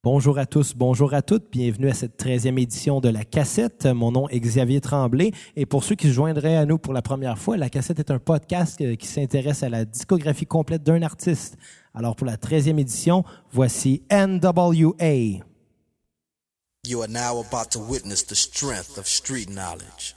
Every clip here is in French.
Bonjour à tous, bonjour à toutes. Bienvenue à cette 13e édition de La Cassette. Mon nom est Xavier Tremblay. Et pour ceux qui se joindraient à nous pour la première fois, La Cassette est un podcast qui s'intéresse à la discographie complète d'un artiste. Alors pour la 13e édition, voici NWA. You are now about to witness the strength of street knowledge.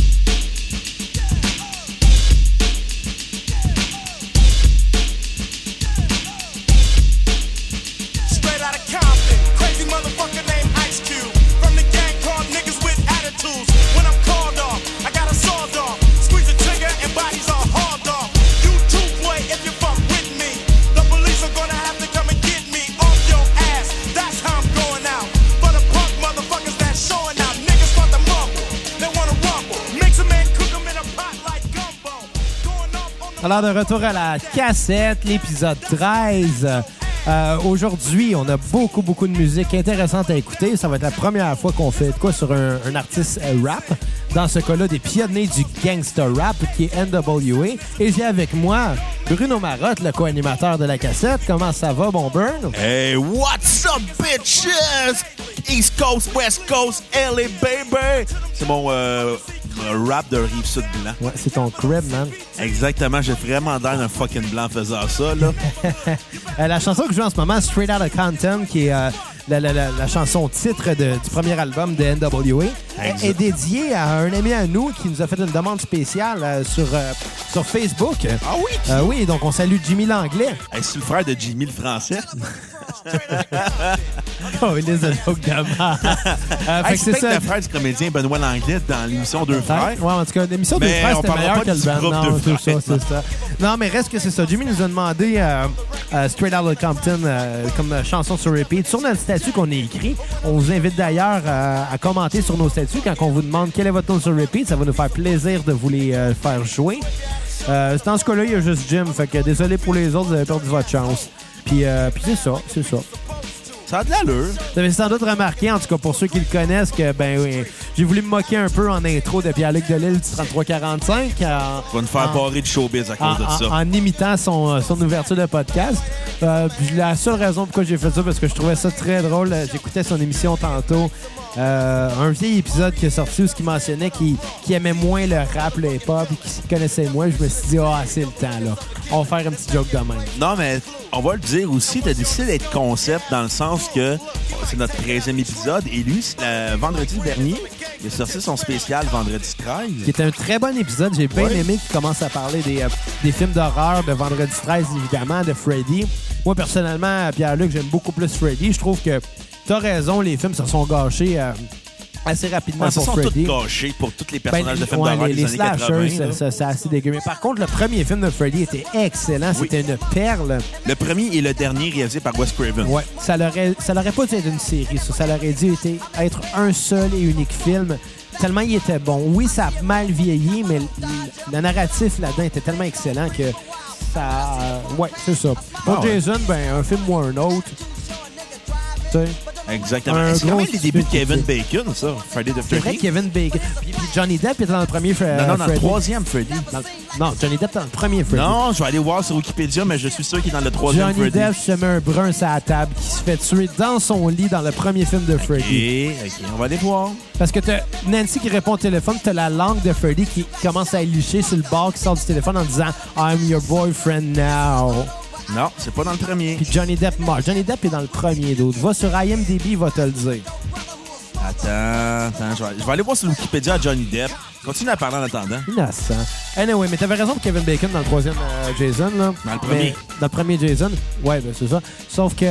Straight out of Compton, crazy motherfucker named Ice Cube. From the gang called niggas with attitudes. When I'm called off, I got a sawed off. Squeeze the trigger and bodies are hauled off. You too, boy, if you fuck with me. The police are gonna have to come and get me off your ass. That's how I'm going out. For the punk motherfuckers that's showing out. Niggas want to mumble, they wanna rumble. Mix them and cook them in a pot like gumbo. Going off on the... Alors de retour à La Cassette, l'épisode 13. Aujourd'hui, on a beaucoup de musique intéressante à écouter. Ça va être la première fois qu'on fait de quoi sur un artiste rap. Dans ce cas-là, des pionniers du gangster rap qui est NWA. Et j'ai avec moi Bruno Marotte, le co-animateur de La Cassette. Comment ça va, bon Burn? Hey, what's up, bitches? East Coast, West Coast, LA, baby! C'est mon rap de Rive-Sud blanc. Ouais, c'est ton crib, man. Exactement, j'ai vraiment l'air d'un fucking blanc faisant ça, là. La chanson que je joue en ce moment, Straight Outta Compton, qui est la chanson titre du premier album de NWA, est dédiée à un ami à nous qui nous a fait une demande spéciale sur Facebook. Ah oui? Oui, donc on salue Jimmy Langlais. Hey, c'est le frère de Jimmy le français. Oh, il est un joke de merde. Hey, c'est peut-être le frère du comédien Benoît Langlais dans l'émission Deux Frères. Ouais, en tout cas, l'émission Deux Mais Frères, on c'était parlera meilleur pas que le du band. groupe Non, Deux c'est Frères. ça, c'est ça. Non, mais reste que c'est ça. Jimmy nous a demandé Straight Outta Compton comme chanson sur repeat sur notre statut qu'on a écrit. On vous invite d'ailleurs à commenter sur nos statuts quand on vous demande quel est votre nom sur repeat. Ça va nous faire plaisir de vous les faire jouer. Dans ce cas-là, il y a juste Jim. Fait que désolé pour les autres, vous avez perdu votre chance. Puis c'est ça. Ça a de l'allure. Vous avez sans doute remarqué, en tout cas pour ceux qui le connaissent, que ben oui, j'ai voulu me moquer un peu en intro de Pierre-Luc Delisle du 3345. Tu vas nous faire barrer de showbiz à cause de ça. En imitant son ouverture de podcast. Puis la seule raison pourquoi j'ai fait ça, parce que je trouvais ça très drôle. J'écoutais son émission tantôt. Un vieil épisode qui est sorti où il mentionnait qu'il aimait moins le rap, le hip-hop, et qu'il se connaissait moins. Je me suis dit, c'est le temps, là. On va faire un petit joke de même. Non, mais on va le dire aussi, t'as décidé d'être concept dans le sens que c'est notre 13e épisode et lui, vendredi dernier, il a sorti son spécial Vendredi 13. Qui est un très bon épisode. J'ai bien aimé qu'il commence à parler des films d'horreur de Vendredi 13, évidemment, de Freddy. Moi, personnellement, Pierre-Luc, j'aime beaucoup plus Freddy. Je trouve que t'as raison, les films se sont gâchés assez rapidement Ils se pour sont Freddy. tous gâchés pour tous les personnages de films ouais, d'horreur les des années 80. slashers, ça, c'est assez dégueu. Mais par contre, le premier film de Freddy était excellent. Oui. C'était une perle. Le premier et le dernier réalisé par Wes Craven. Ouais, ça l'aurait pas dû être une série. Ça l'aurait dû être un seul et unique film. Tellement il était bon. Oui, ça a mal vieilli, mais le narratif là-dedans était tellement excellent que ça... ouais, c'est ça. Pour Jason, un film ou un autre. Tu sais. Exactement. C'est quand même les débuts de Kevin Bacon, ça, Friday the 13th. C'est vrai que Kevin Bacon. Puis Johnny Depp était dans le premier Freddy. Non, dans le troisième Freddy. Non, Johnny Depp dans le premier Freddy. Non, je vais aller voir sur Wikipédia, mais je suis sûr qu'il est dans le troisième Johnny Freddy. Depp se met un brun sur la table qui se fait tuer dans son lit dans le premier film de Freddy. OK, on va aller voir. Parce que t'as Nancy qui répond au téléphone, t'as la langue de Freddy qui commence à licher sur le bord qui sort du téléphone en disant « I'm your boyfriend now ». Non, c'est pas dans le premier. Puis Johnny Depp meurt. Johnny Depp est dans le premier d'autres. Va sur IMDb, il va te le dire. Attends, je vais aller voir sur Wikipédia à Johnny Depp. Continue à parler en attendant. Innocent. Anyway, mais t'avais raison pour Kevin Bacon dans le troisième Jason, là. Dans le premier. Dans le premier Jason. Ouais, ben c'est ça. Sauf que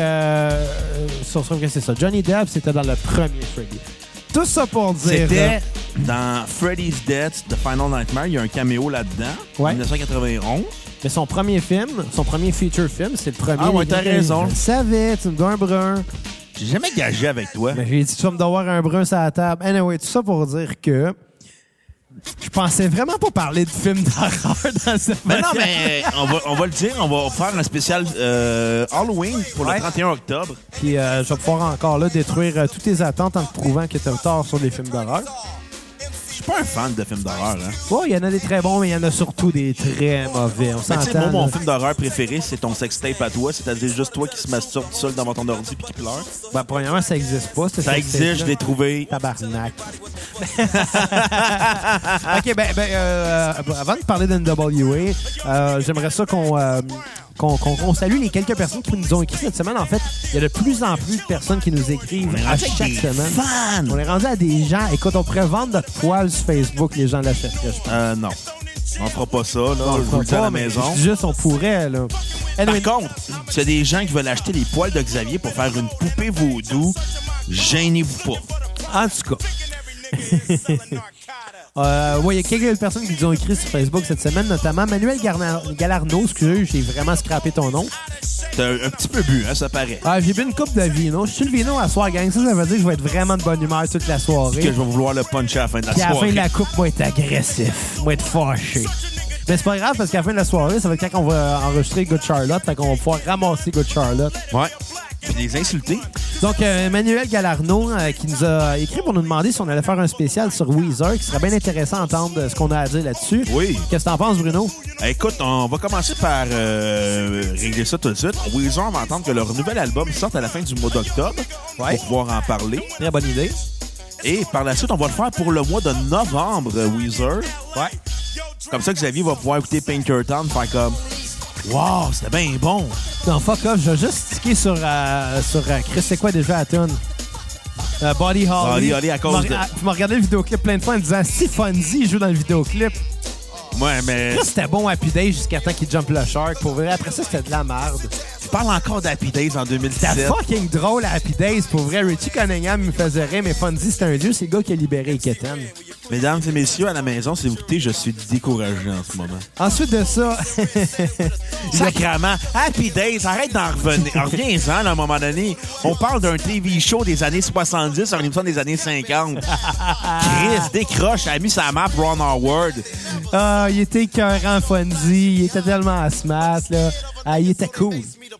c'est ça. Johnny Depp, c'était dans le premier Freddy. Tout ça pour dire... C'était dans Freddy's Death, The Final Nightmare. Il y a un caméo là-dedans. Ouais. 1991. Mais son premier film, son premier feature film, c'est le premier... Ah ouais, t'as raison. Je le savais, tu me dois un brun. J'ai jamais gagé avec toi. Mais j'ai dit, tu vas me devoir un brun sur la table. Anyway, tout ça pour dire que je pensais vraiment pas parler de films d'horreur dans ce Mais non, mais on va le dire, on va faire un spécial Halloween pour le 31 octobre. Puis je vais pouvoir encore là détruire toutes tes attentes en te prouvant que t'as tort sur les films d'horreur. pas un fan de films d'horreur, hein? Ouais, il y en a des très bons, mais il y en a surtout des très mauvais. On Mais tu sais, s'entend. moi, mon là. film d'horreur préféré, c'est ton sextape à toi, c'est-à-dire juste toi qui se masturbe tout seul devant ton ordi puis qui pleure. Ben, premièrement, ça existe pas. Ça existe, je l'ai trouvé. Tabarnak. OK, avant de parler d'NWA, j'aimerais ça qu'on salue les quelques personnes qui nous ont écrit cette semaine. En fait, il y a de plus en plus de personnes qui nous écrivent à rendu chaque des semaine. fans. On est rendu à des gens. Écoute, on pourrait vendre notre poil sur Facebook, les gens l'achèteraient, je pense. Non. On fera pas ça, là. On Je le vous fera le dis à pas, la mais maison. je dis juste, on pourrait, là. Anyway, Par contre, s'il y a des gens qui veulent acheter les poils de Xavier pour faire une poupée vaudou, gênez-vous pas. en tout cas. Il y a quelques personnes qui nous ont écrit sur Facebook cette semaine, notamment Manuel Galarno. Excusez, j'ai vraiment scrappé ton nom. T'as un petit peu bu, hein, ça paraît. J'ai bu une coupe de vino. Je suis le vino à soir, gang. Ça veut dire que je vais être vraiment de bonne humeur toute la soirée. Que je vais vouloir le puncher à la fin de la Puis à la fin soirée. de la coupe, moi, être agressif. Moi, être fâché. Mais c'est pas grave parce qu'à la fin de la soirée, ça va être quand on va enregistrer Good Charlotte. Fait qu'on va pouvoir ramasser Good Charlotte. Ouais. Puis les insulter. Donc, Manuel Galarno qui nous a écrit pour nous demander si on allait faire un spécial sur Weezer, qui serait bien intéressant d'entendre ce qu'on a à dire là-dessus. Oui. Qu'est-ce que t'en penses, Bruno? Écoute, on va commencer par régler ça tout de suite. Weezer va entendre que leur nouvel album sort à la fin du mois d'octobre Ouais. pour pouvoir en parler. Très bonne idée. Et par la suite, on va le faire pour le mois de novembre, Weezer. Ouais. Comme ça, Xavier va pouvoir écouter Pinkerton, faire comme « Wow, c'était bien bon! Non, fuck off. Je vais juste sticker sur Chris, c'est quoi déjà la tune? Body Holly. Body Holly à cause de- Tu m'as regardé le vidéoclip plein de fois en disant si Fonzie joue dans le vidéoclip. » Ouais, mais Chris, c'était bon Happy Days jusqu'à temps qu'il jump le shark. Pour vrai, après ça, c'était de la merde. tu parles encore d'Happy Days en C'était 2017. fucking drôle à Happy Days. Pour vrai, Richie Cunningham me faisait rire, mais Fonzie, c'était un dieu. C'est le gars qui a libéré Keten. Mesdames et messieurs, à la maison, s'il vous plaît, je suis découragé en ce moment. Ensuite de ça, Sacrement, Happy Days, arrête d'en revenir. Reviens-en, là, à un moment donné. On parle d'un TV show des années 70 sur une émission des années 50. Chris, décroche, a mis sa map Ron Howard. il était écœurant, Fonzie. Il était tellement asthmat, là. Il était cool.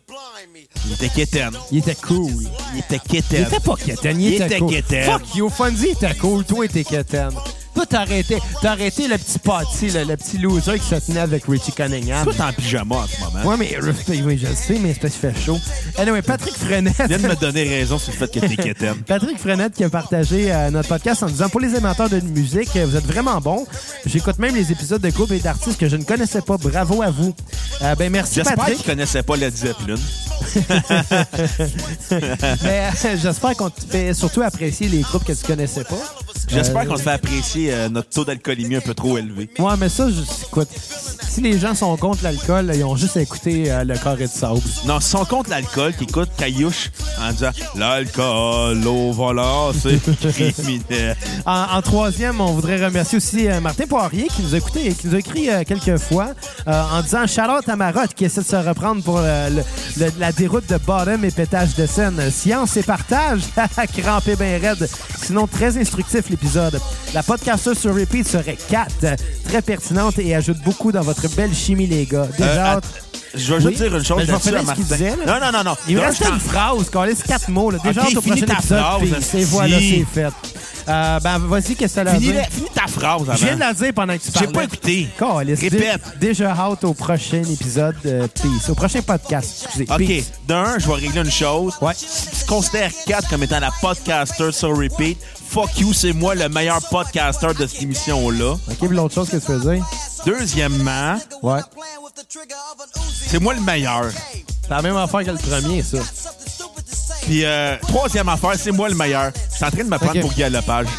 Il était quétaine. Il était cool. Il était Il quétaine. était pas Keten, il était cool. Keten. Fuck you, Fonzie était cool. Toi, t'es Keten. Toi, t'as arrêté le petit Patty, le petit loser qui se tenait avec Richie Cunningham. Toi, t'es en pyjama en ce moment. Ouais, mais oui, je le sais, mais c'est parce qu'il fait chaud. Anyway, Patrick Frenette. Tu viens de me donner raison sur le fait que t'es quétaine. Patrick Frenette qui a partagé notre podcast en disant « Pour les amateurs de musique, vous êtes vraiment bons. J'écoute même les épisodes de groupes et d'artistes que je ne connaissais pas. Bravo à vous. » Merci, J'espère Patrick. qu'il connaissait pas Led Zeppelin. Mais j'espère qu'on te fait surtout apprécier les groupes que tu connaissais pas. J'espère qu'on te fait apprécier notre taux d'alcoolémie un peu trop élevé. Ouais, mais ça, écoute, si les gens sont contre l'alcool, ils ont juste à écouter le carré de sable. Non, si on compte l'alcool, qui écoute Caillouche en disant « L'alcool au volant, c'est criminel. » En troisième, on voudrait remercier aussi Martin Poirier qui nous a écouté et qui nous a écrit quelques fois en disant « Shout-out à Marotte qui essaie de se reprendre pour la déroute de Bottom et pétage de scène. Science et partage, crampé bien raide. Sinon, très instructif l'épisode. La podcaster sur repeat serait 4, très pertinente et ajoute beaucoup dans votre belle chimie, les gars. Déjà hâte. Je vais juste dire une chose Mais je vais là-dessus finir à ce qu'il Martin. disait, là. Non. Il me Là, restait je une phrase, qu'on laisse 4 mots. Là. Déjà Ok, hâte au finis prochain ta épisode. phrase, puis esti. voilà, c'est fait. Voici qu'est-ce que ça a Finis dire. ta phrase avant. Je viens de la dire pendant que tu J'ai parlais. pas écouté. Calisse. Répète. Déjà hâte au prochain épisode. Peace. Au prochain podcast. Excusez. OK. Peace. D'un, je vais régler une chose. Ouais. Si tu considères 4 comme étant la podcaster sur repeat, fuck you, c'est moi le meilleur podcaster de cette émission-là. OK, puis l'autre chose que tu faisais. Deuxièmement, Ouais. c'est moi le meilleur. C'est la même affaire que le premier, ça. Puis troisième affaire, c'est moi le meilleur. Je suis en train de me prendre OK. pour Guy Lepage.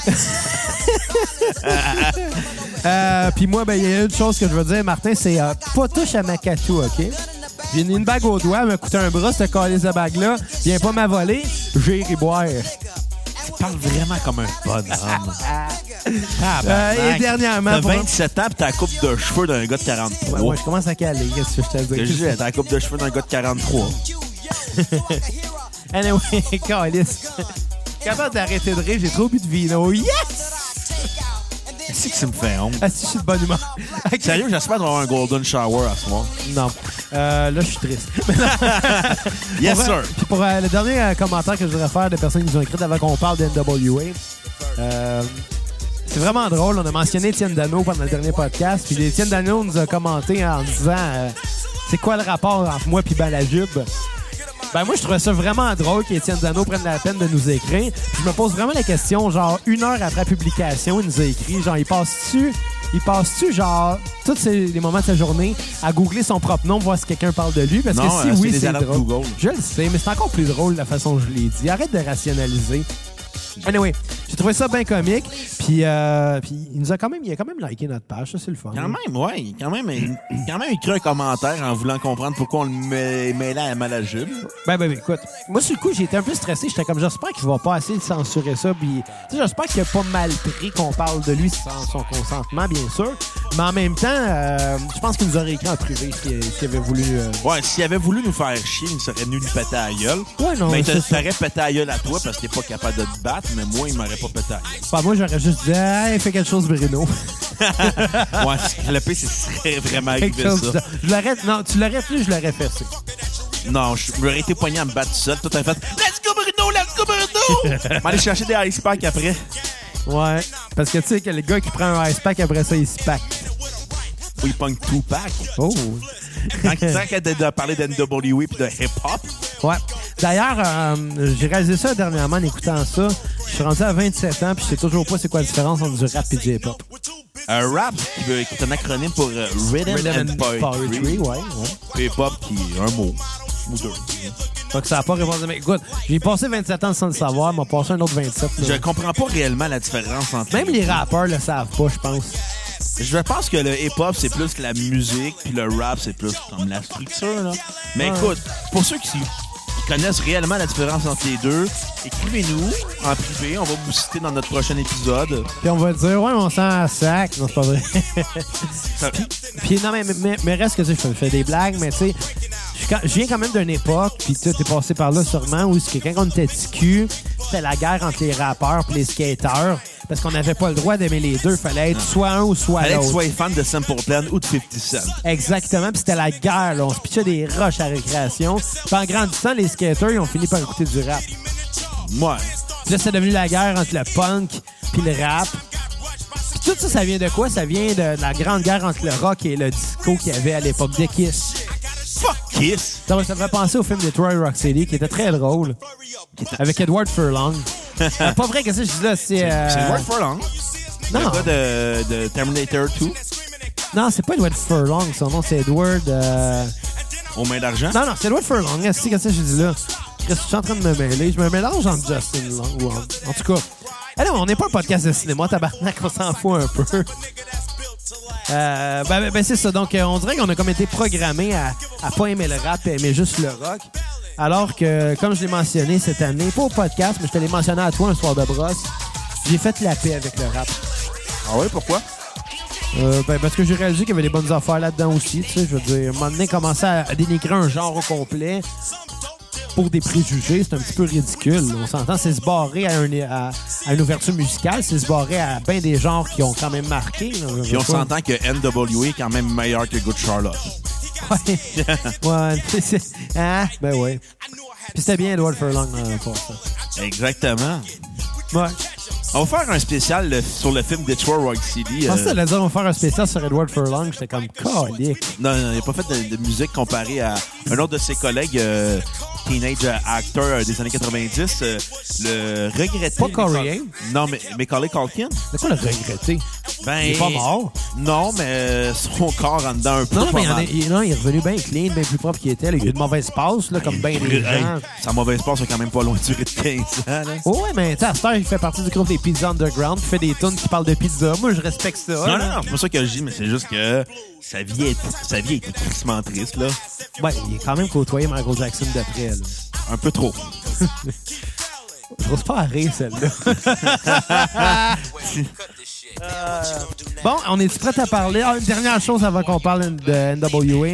Puis moi, il y a une chose que je veux dire, Martin, c'est pas touche à ma catou, OK? J'ai une bague au doigt, elle m'a coûté un bras, cette calice de bague-là. Viens pas m'avaler, j'ai ri boire. Tu parles vraiment comme un bonhomme. Et dernièrement... T'as pour- 27 ans pis t'as la coupe de cheveux d'un gars de 43. Ouais, je commence à caler, qu'est-ce que je te Que je dis? dis, t'as la coupe de cheveux d'un gars de 43. Anyway, calice. Capable d'arrêter de rire, j'ai trop bu de vino. Yes! C'est que ça me fait honte. Ah, si, je suis de bonne humeur. OK. Sérieux, j'espère avoir un golden shower à ce soir. Non. Là, je suis triste. Yes, Pour, sir. Puis pour le dernier commentaire que je voudrais faire de personnes qui nous ont écrit avant qu'on parle d'NWA, C'est vraiment drôle. On a mentionné Étienne Dano pendant le dernier podcast. Puis Étienne Dano nous a commenté en disant c'est quoi le rapport entre moi et Balajub? Ben moi, je trouvais ça vraiment drôle qu'Étienne Dano prenne la peine de nous écrire. Puis je me pose vraiment la question, genre, 1 heure après la publication, il nous a écrit, genre, il passe-tu, genre, tous les moments de sa journée à googler son propre nom, voir si quelqu'un parle de lui? Parce Non, que si oui, des c'est alertes drôle. Google. Je le sais, mais c'est encore plus drôle la façon dont je l'ai dit. Arrête de rationaliser. Anyway, j'ai trouvé ça bien comique. Puis il a quand même liké notre page. Ça, c'est le fun. Quand même, ouais. Quand même écrit un commentaire en voulant comprendre pourquoi on le mêlait à Malajube. Ben, écoute, moi, sur le coup, j'ai été un peu stressé. J'étais comme, j'espère qu'il va pas assez censurer ça. Puis, tu sais, j'espère qu'il a pas mal pris qu'on parle de lui sans son consentement, bien sûr. Mais en même temps, je pense qu'il nous aurait écrit en privé s'il avait voulu. Ouais, s'il avait voulu nous faire chier, il serait venu nous péter à la gueule. Ouais, non, mais il c'est ça. t'aurait pété à la gueule à toi parce que t'es pas capable de te battre, mais moi, il m'aurait pas pété à la gueule. Pas moi, j'aurais juste dit, hey, fais quelque chose, Bruno. Ouais, le pire, ce serait vraiment arrivé Quelque chose. ça. Non, tu l'aurais plus, je l'aurais fait ça. Non, je m'aurais été poigné à me battre tout seul. Tout a fait Let's go Bruno, let's go Bruno! M'aller chercher des ice packs après. Ouais, parce que tu sais que le gars qui prend un ice pack, après ça, il se pack. Ou il pogne tout pack. Oh! Tant qu'à de parler d'NWA et de hip-hop. Ouais. D'ailleurs, j'ai réalisé ça dernièrement en écoutant ça. Je suis rendu à 27 ans puis je sais toujours pas c'est quoi la différence entre du rap et du hip-hop. Un rap qui est un acronyme pour Rhythm and Poetry. Ouais. Hip-hop qui est un mot ou deux. Fait que ça n'a pas répondu. Mais écoute, j'ai passé 27 ans sans le savoir, m'a passé un autre 27. Là. Je comprends pas réellement la différence entre... Même les rappeurs le savent pas, je pense. Je pense que le hip-hop, c'est plus la musique, puis le rap, c'est plus comme la structure, là. Mais écoute, pour ceux qui connaissent réellement la différence entre les deux, écrivez-nous en privé. On va vous citer dans notre prochain épisode. Puis on va dire, ouais, on sent un sac. Non, c'est pas vrai. Puis non, mais reste que tu sais, je fais des blagues, mais tu sais, je viens quand même d'une époque, puis tu es passé par là sûrement, où quand on était TQ, c'était la guerre entre les rappeurs et les skateurs. Parce qu'on n'avait pas le droit d'aimer les deux. Fallait être soit un ou soit Fallait que tu l'autre. sois fan de Simple Plan ou de 50 Cent. Exactement. Puis c'était la guerre. Là. On se pitchait des rushs à récréation. Puis en grandissant, les skaters, ils ont fini par écouter du rap. Ouais. Puis là, c'est devenu la guerre entre le punk puis le rap. Puis tout ça, ça vient de quoi? Ça vient de la grande guerre entre le rock et le disco qu'il y avait à l'époque de Kiss. Fuck Kiss! Ça me fait penser au film de Troy Rocksteady, qui était très drôle. Avec Edward Furlong. Pas vrai que ça, je dis là, c'est... C'est Edward Furlong. Non. Le gars de Terminator 2. Non, c'est pas Edward Furlong. Son nom, c'est Edward... Aux mains d'argent. Non, c'est Edward Furlong. C'est que ça, je dis là. Je suis en train de me mêler. Je me mélange entre Justin Long. En tout cas. Allez, on n'est pas un podcast de cinéma, tabarnak. On s'en fout un peu. C'est ça. Donc, on dirait qu'on a comme été programmé à pas aimer le rap et aimer juste le rock. Alors que, comme je l'ai mentionné cette année, pas au podcast, mais je te l'ai mentionné à toi un soir de brosse, j'ai fait la paix avec le rap. Ah oui, pourquoi? Parce que j'ai réalisé qu'il y avait des bonnes affaires là-dedans aussi. Tu sais, je veux dire, à un moment donné, commencer à dénigrer un genre au complet pour des préjugés, c'est un petit peu ridicule. On s'entend, c'est se barrer à une ouverture musicale, c'est se barrer à bien des genres qui ont quand même marqué. Là, Puis on s'entend que NWA est quand même meilleur que Good Charlotte. Ouais. Ouais. Ah, ben ouais. Puis c'était bien Edward Furlong pour ça. Exactement. Ouais. On va faire un spécial sur le film Detroit Rock City. Je pensais que t'allais dire on va faire un spécial sur Edward Furlong. J'étais comme calique. Non, il n'a pas fait de musique comparé à un autre de ses collègues teenage acteur des années 90, le regretté... Pas Corey Haim? Non, mais Macaulay Culkin. C'est quoi le regretter? Ben, Il est pas mort. Non, mais son corps en dedans un peu. Non, mais pas mal. il est revenu bien clean, bien plus propre qu'il était. Là. Il a eu de mauvaises passes, là, comme bien des gens. Sa mauvaise passe a quand même pas loin duré de 15 ans. Là. Oh, ouais, mais tu sais, à cette heure, il fait partie du groupe des Pizza Underground, il fait des tunes qui parlent de pizza. Moi, je respecte ça. Non, c'est pas ça que je dis, mais c'est juste que sa vie est tristement triste, là. Ouais, il est quand même côtoyé Michael Jackson d'après, là. Un peu trop. Je n'ose pas à rire, celle-là. Bon, on est prêt à parler? Une dernière chose avant qu'on parle de NWA.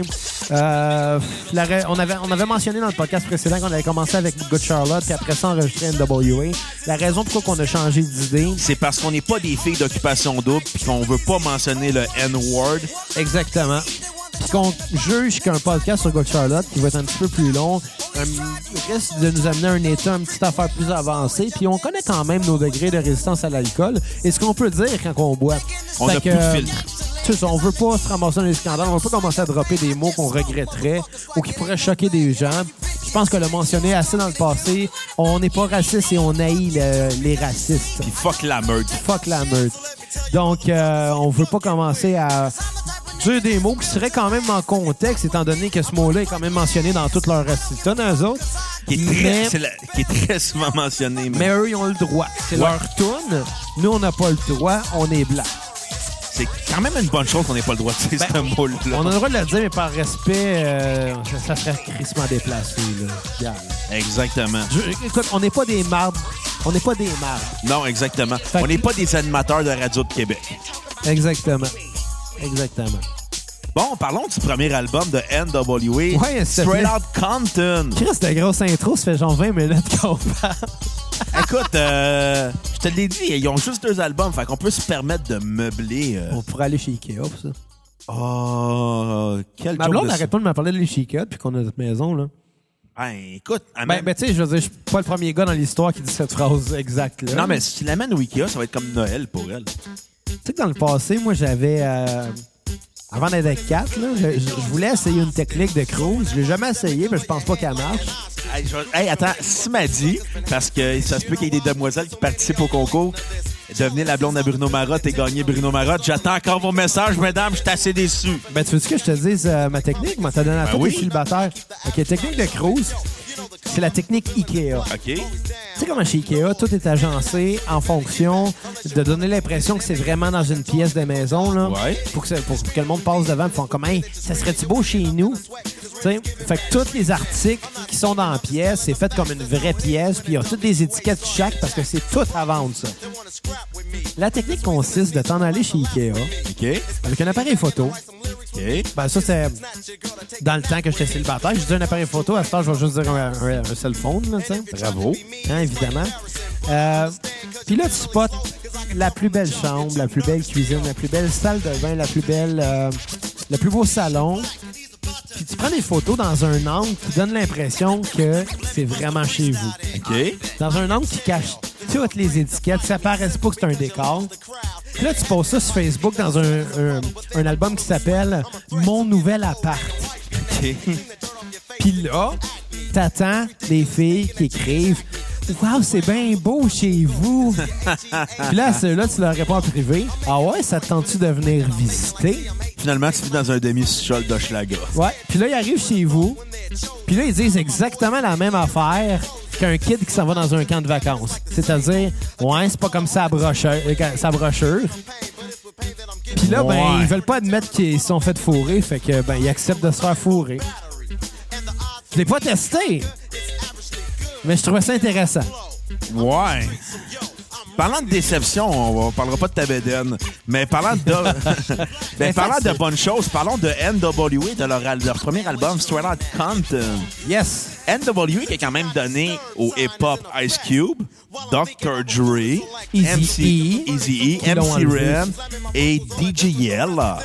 On avait mentionné dans le podcast précédent qu'on avait commencé avec Good Charlotte, puis après ça, enregistrer NWA. La raison pourquoi on a changé d'idée... C'est parce qu'on n'est pas des filles d'occupation double puis qu'on veut pas mentionner le N-word. Exactement. Puis qu'on juge qu'un podcast sur Good Charlotte, qui va être un petit peu plus long, risque de nous amener à un état, une petite affaire plus avancée. Puis on connaît quand même nos degrés de résistance à l'alcool et ce qu'on peut dire quand on boit. On a plus de filtre. Tu sais, on veut pas se ramasser dans les scandales, on veut pas commencer à dropper des mots qu'on regretterait ou qui pourraient choquer des gens. Je pense que le mentionner assez dans le passé, on n'est pas raciste et on haït les racistes. Puis fuck la meute. Fuck la meute. Donc, on veut pas commencer à dire des mots qui seraient quand même en contexte, étant donné que ce mot-là est quand même mentionné dans toute leur raciste, eux autres. Qui est très souvent mentionné. Mais eux, ils ont le droit. C'est leur toune. Nous, on n'a pas le droit. On est blancs. C'est quand même une bonne chose qu'on n'ait pas le droit de dire ce mot-là. On a le droit de le dire, mais par respect, ça serait crissement déplacé. Là. Regarde. Exactement. Écoute, on n'est pas des marbres. On n'est pas des marbres. Non, exactement. On n'est pas des animateurs de radio de Québec. Exactement. Exactement. Bon, parlons du premier album de NWA, ouais, Straight Out Compton. Chris, la grosse intro, ça fait genre 20 minutes qu'on parle. Écoute, je te l'ai dit, ils ont juste 2 albums, fait qu'on peut se permettre de meubler. On pourrait aller chez Ikea pour ça. Oh, quel Ma blonde n'arrête pas de me parler de chez Ikea depuis qu'on a notre maison, là. Ben, écoute, tu sais, je veux dire, je suis pas le premier gars dans l'histoire qui dit cette phrase exacte, là. Non, mais si tu l'amènes au Ikea, ça va être comme Noël pour elle. Tu sais que dans le passé, moi, j'avais... avant d'être avec Kat, là, je voulais essayer une technique de cruise. Je l'ai jamais essayé, mais je pense pas qu'elle marche. Hey, attends, si m'a dit, parce que ça se peut qu'il y ait des demoiselles qui participent au concours, devenir la blonde à Bruno Marotte et gagner Bruno Marotte. J'attends encore vos messages, mesdames, je suis assez déçu. Ben, tu veux-tu que je te dise ma technique? Moi, t'as donné à toi, t'es célibataire. OK, technique de cruise, c'est la technique Ikea. OK. Tu sais comment chez Ikea, tout est agencé en fonction de donner l'impression que c'est vraiment dans une pièce de maison, là. Ouais. Pour que le monde passe devant et font comme, hey, ça serait-tu beau chez nous? T'sais, fait que tous les articles qui sont dans la pièce, c'est fait comme une vraie pièce, puis il y a toutes les étiquettes chaque parce que c'est tout à vendre, ça. La technique consiste de t'en aller chez Ikea. OK. Avec un appareil photo. OK. Ben ça, c'est dans le temps que j'étais célibataire. Je dis un appareil photo. À ce temps, je vais juste dire un cell phone, là, tu sais. Bravo. Hein, évidemment. Puis là, tu spots la plus belle chambre, la plus belle cuisine, la plus belle salle de bain, le plus beau salon. Puis tu prends des photos dans un angle qui donne l'impression que c'est vraiment chez vous. OK. Dans un angle qui cache toutes les étiquettes, ça paraisse pas que c'est un décor. Puis là, tu poses ça sur Facebook dans un album qui s'appelle « Mon nouvel appart ». OK. Puis là, t'attends des filles qui écrivent « Wow, c'est bien beau chez vous! » Puis là, ceux-là, tu leur réponds en privé. « Ah ouais, ça te tente-tu de venir visiter? » Finalement, tu vis dans un demi-sol d'Hochelaga. Ouais. Puis là, ils arrivent chez vous. Puis là, ils disent exactement la même affaire qu'un kid qui s'en va dans un camp de vacances. C'est-à-dire, ouais, c'est pas comme sa brochure. Puis là, ben, ils veulent pas admettre qu'ils se sont fait fourrer, fait que, ben, ils acceptent de se faire fourrer. Je l'ai pas testé, mais je trouvais ça intéressant. Ouais. Parlant de déception, on parlera pas de ta bédaine, mais parlant de bonnes choses, parlons de NWA, de leur premier album, Straight Out Compton. Yes. NWA qui a quand même donné au hip-hop Ice Cube, Dr. Dre, Eazy-E, MC Ren et DJ Yella.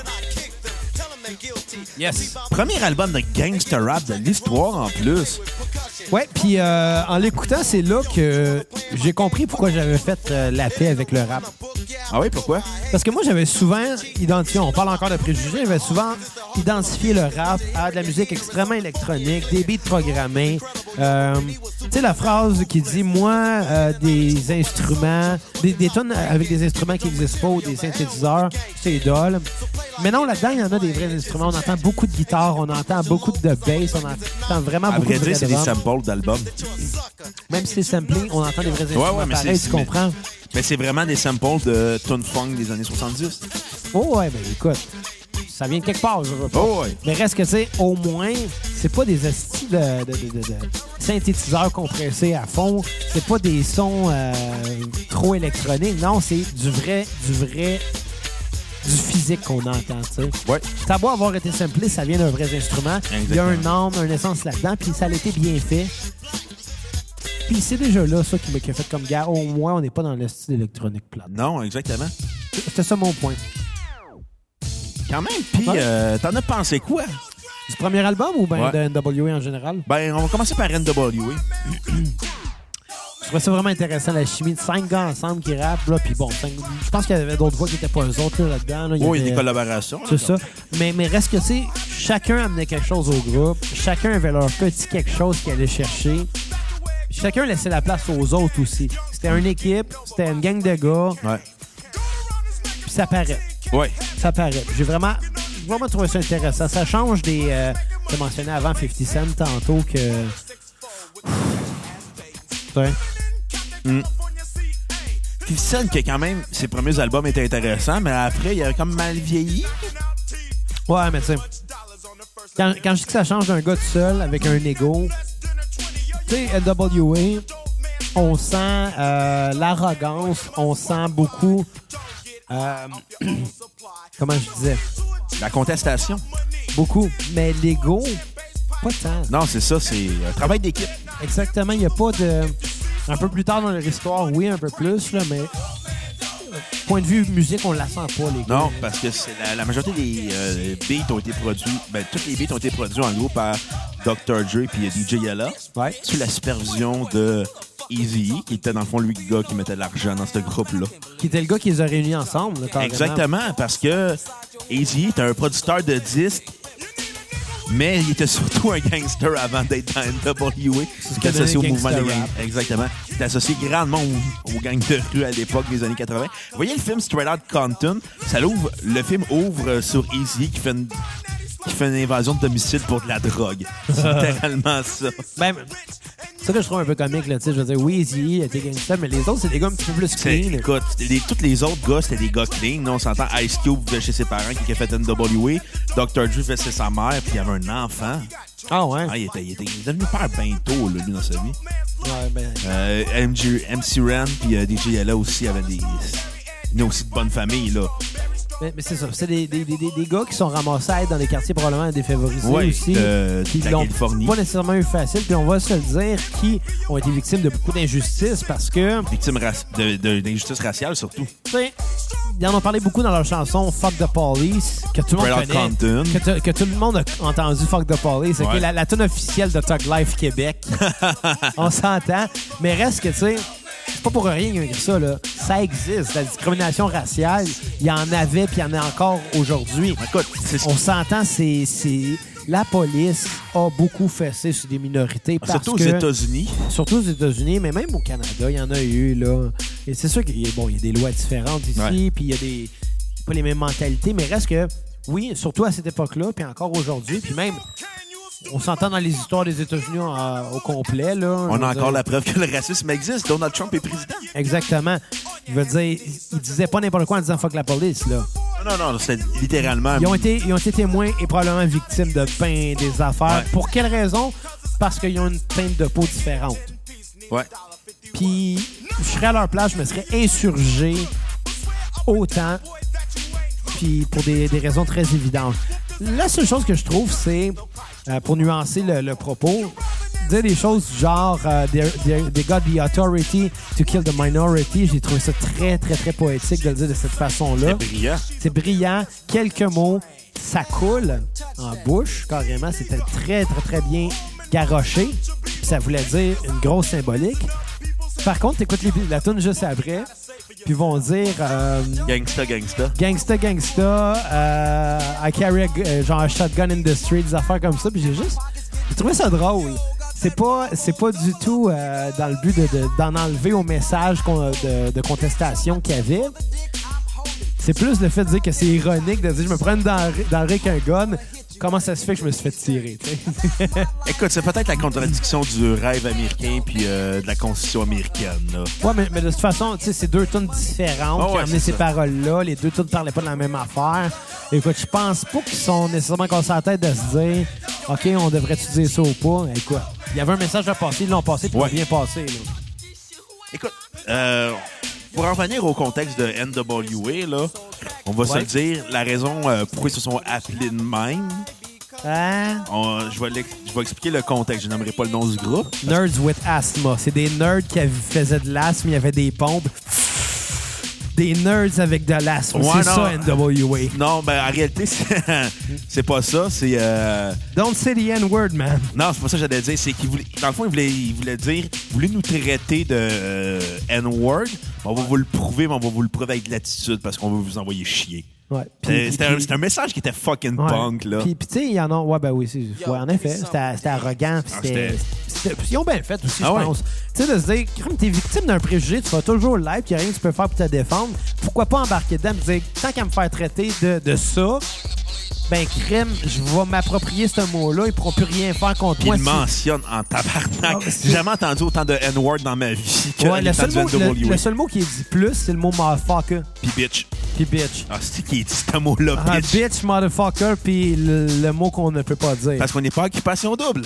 Yes. Premier album de gangster rap de l'histoire en plus. Ouais, puis en l'écoutant, c'est là que j'ai compris pourquoi j'avais fait la paix avec le rap. Ah oui, pourquoi? Parce que moi, j'avais souvent identifié, on parle encore de préjugés, j'avais souvent identifié le rap à de la musique extrêmement électronique, des beats programmés. Tu sais, la phrase qui dit, moi, des instruments, des tonnes avec des instruments qui n'existent pas ou des synthétiseurs, c'est idole. Mais non, là-dedans, il y en a des vrais instruments. On entend beaucoup de guitares, on entend beaucoup de bass, on entend vraiment beaucoup de vrais c'est drums. des samples d'albums. Même si c'est samplé, on entend des vrais instruments mais pareils, tu comprends? Mais c'est vraiment des samples de tune funk des années 70. Oh ouais, ben écoute, ça vient de quelque part, je veux pas. Oh ouais. Mais reste que, tu sais, au moins, c'est pas des astis de synthétiseurs compressés à fond. C'est pas des sons trop électroniques. Non, c'est du physique qu'on entend, tu sais. Ouais. Ça doit avoir été samplé, ça vient d'un vrai instrument. Exactement. Il y a un âme, une essence là-dedans, puis ça a été bien fait. Puis c'est déjà là, ça, qui a fait comme gars. Au moins, on n'est pas dans le style électronique plat. Non, exactement. C'était ça mon point. Quand même. Puis, Ouais. t'en as pensé quoi? Du premier album ou bien Ouais. de NWA en général? Ben, on va commencer par NWA. Je trouvais ça vraiment intéressant, la chimie de 5 gars ensemble qui rappent. Là, puis bon, je pense qu'il y avait d'autres voix qui n'étaient pas eux autres là-dedans. Là. Il y Oui, avait- des collaborations. C'est ça. Mais reste que, tu sais, chacun amenait quelque chose au groupe. Chacun avait leur petit quelque chose qu'ils allaient chercher. Chacun laissait la place aux autres aussi. C'était une équipe, c'était une gang de gars, Ouais. puis ça paraît. Ouais. Ça paraît. J'ai vraiment trouvé ça intéressant. Ça change des... tu mentionné avant 50 Cent tantôt que... Ouais. 50 Cent, que quand même, ses premiers albums étaient intéressants, mais après, il a comme mal vieilli. Ouais, mais tu sais, quand je dis que ça change d'un gars tout seul avec un ego, tu sais, NWA, on sent l'arrogance, on sent beaucoup... comment je disais? La contestation. Beaucoup. Mais l'ego, pas tant. Non, c'est ça, c'est un travail d'équipe. Exactement, il n'y a pas de... Un peu plus tard dans leur histoire, oui, un peu plus, là, mais... Point de vue musique, on la sent pas, les gars. Non, parce que c'est la majorité des beats ont été produits... Ben, tous les beats ont été produits en gros par Dr. Dre puis DJ Yella. Ouais. Sous la supervision de Eazy-E, qui était dans le fond lui le gars qui mettait de l'argent dans ce groupe-là. Qui était le gars qui les a réunis ensemble, là, carrément. Exactement, parce que Eazy-E était un producteur de disques, mais il était surtout un gangster avant d'être dans NWA. C'est ce Il qui a était associé au donné mouvement des gangster gangs. rap. Exactement. Il était associé grandement aux gangs de rue à l'époque des années 80. Vous voyez le film Straight Outta Compton? Le film ouvre sur Eazy-E qui fait une invasion de domicile pour de la drogue. C'est littéralement ça. Ben, c'est ça que je trouve un peu comique, là, tu sais. Je veux dire, oui, Eazy était gangster, mais les autres, c'est des gars un petit peu plus clean. Écoute, tous les autres gars, c'était des gars clean. On s'entend Ice Cube de chez ses parents qui a fait NWA. Dr. Dre fait chez sa mère, puis il avait un enfant. Ah ouais? Ah, il était devenu père bientôt, là, lui, dans sa vie. Ouais, ben... MC Ren puis DJ Yella aussi avaient il y a aussi de bonnes familles, là. Mais c'est ça. C'est des gars qui sont ramassés à être dans des quartiers probablement défavorisés Ouais, aussi. de Qui la l'ont Californie. pas nécessairement eu facile. Puis on va se le dire, qui ont été victimes de beaucoup d'injustices parce que, Victimes d'injustice raciale, surtout. tu sais, ils en ont parlé beaucoup dans leur chanson Fuck the Police, que tout le monde Straight Outta connaît. Compton. Que tout le monde a entendu Fuck the Police. Ouais. Okay? La tune officielle de Tug Life Québec. On s'entend. Mais reste que, tu sais, c'est pas pour rien qu'ils ont écrit ça, là. Ça existe. La discrimination raciale, il y en avait puis il y en a encore aujourd'hui. Écoute, c'est On s'entend, c'est... La police a beaucoup fessé sur des minorités parce surtout aux que... États-Unis. Surtout aux États-Unis, mais même au Canada, il y en a eu, là. Et c'est sûr qu'il y a des lois différentes ici, Ouais. puis il y a pas les mêmes mentalités, mais reste que, oui, surtout à cette époque-là, puis encore aujourd'hui, puis même, on s'entend dans les histoires des États-Unis au complet, là. On Je veux a encore dire. la preuve que le racisme existe. Donald Trump est président. Exactement. Je veux dire, il disait pas n'importe quoi en disant « fuck la police », là. Non, c'était littéralement... Ils ont été témoins et probablement victimes de ben des affaires. Ouais. Pour quelle raison? Parce qu'ils ont une teinte de peau différente. Ouais. Puis, je serais à leur place, je me serais insurgé autant, puis pour des raisons très évidentes. La seule chose que je trouve, c'est, pour nuancer le propos, dire des choses genre they got the authority to kill the minority. J'ai trouvé ça très, très, très poétique de le dire de cette façon-là. C'est brillant. C'est brillant. Quelques mots, ça coule en bouche, carrément. C'était très, très, très bien garoché. Puis ça voulait dire une grosse symbolique. Par contre, t'écoutes la tune juste après, puis ils vont dire Gangsta. Gangsta, gangsta, I carry genre a shotgun in the street, des affaires comme ça. Puis j'ai trouvé ça drôle. C'est pas du tout dans le but d'en enlever au message de contestation qu'il y avait. C'est plus le fait de dire que c'est ironique de dire je me prends dans le avec un gun. Comment ça se fait que je me suis fait tirer, tu sais? Écoute, c'est peut-être la contradiction du rêve américain puis de la constitution américaine, là. Ouais, mais de toute façon, tu sais, c'est deux tunes différentes Oh, qui ont ouais, amené c'est ces ça. paroles-là. Les deux tunes ne parlaient pas de la même affaire. Écoute, je pense pas qu'ils sont nécessairement cassés la tête de se dire OK, on devrait-tu dire ça ou pas? Écoute, il y avait un message à passer, ils l'ont passé, puis Ouais. ils l'ont bien passé, là. Écoute, pour en revenir au contexte de NWA, là, on va se Ouais. le dire, la raison pourquoi ils se sont appelés de même, Hein? je vais expliquer le contexte. Je n'aimerais pas le nom du groupe. Nerds with asthma. C'est des nerds qui faisaient de l'asthme, il y avait des pompes. des nerds avec de l'asthme. Ouais, C'est ça, NWA. Non, ben en réalité, c'est pas ça. C'est... Don't say the N-word, man. Non, c'est pas ça que j'allais dire. C'est qu'il voulait... Dans le fond, il voulait dire... Vous voulez nous traiter de N-word? On va vous le prouver, mais on va vous le prouver avec de l'attitude parce qu'on veut vous envoyer chier. Ouais. C'était un message qui était fucking punk, là. Puis tu sais, il y en a... Ouais, ben oui, ouais, en effet. C'était arrogant. Ils ont bien fait aussi, je pense. Tu sais, de se dire, comme t'es victime d'un préjugé, tu vas toujours le live, puis il n'y a rien que tu peux faire pour te défendre. Pourquoi pas embarquer dedans et dire, tant qu'à me faire traiter de ça, ben crème, je vais m'approprier ce mot-là, ils pourront plus rien faire contre moi. Il mentionne en tabarnak. J'ai jamais entendu autant de N-word dans ma vie que le seul mot qui est dit plus, c'est le mot motherfucker. Puis bitch. Puis bitch. Ah, c'est qui dit ce mot-là, bitch? Bitch, motherfucker, puis le mot qu'on ne peut pas dire. Parce qu'on n'est pas occupation double.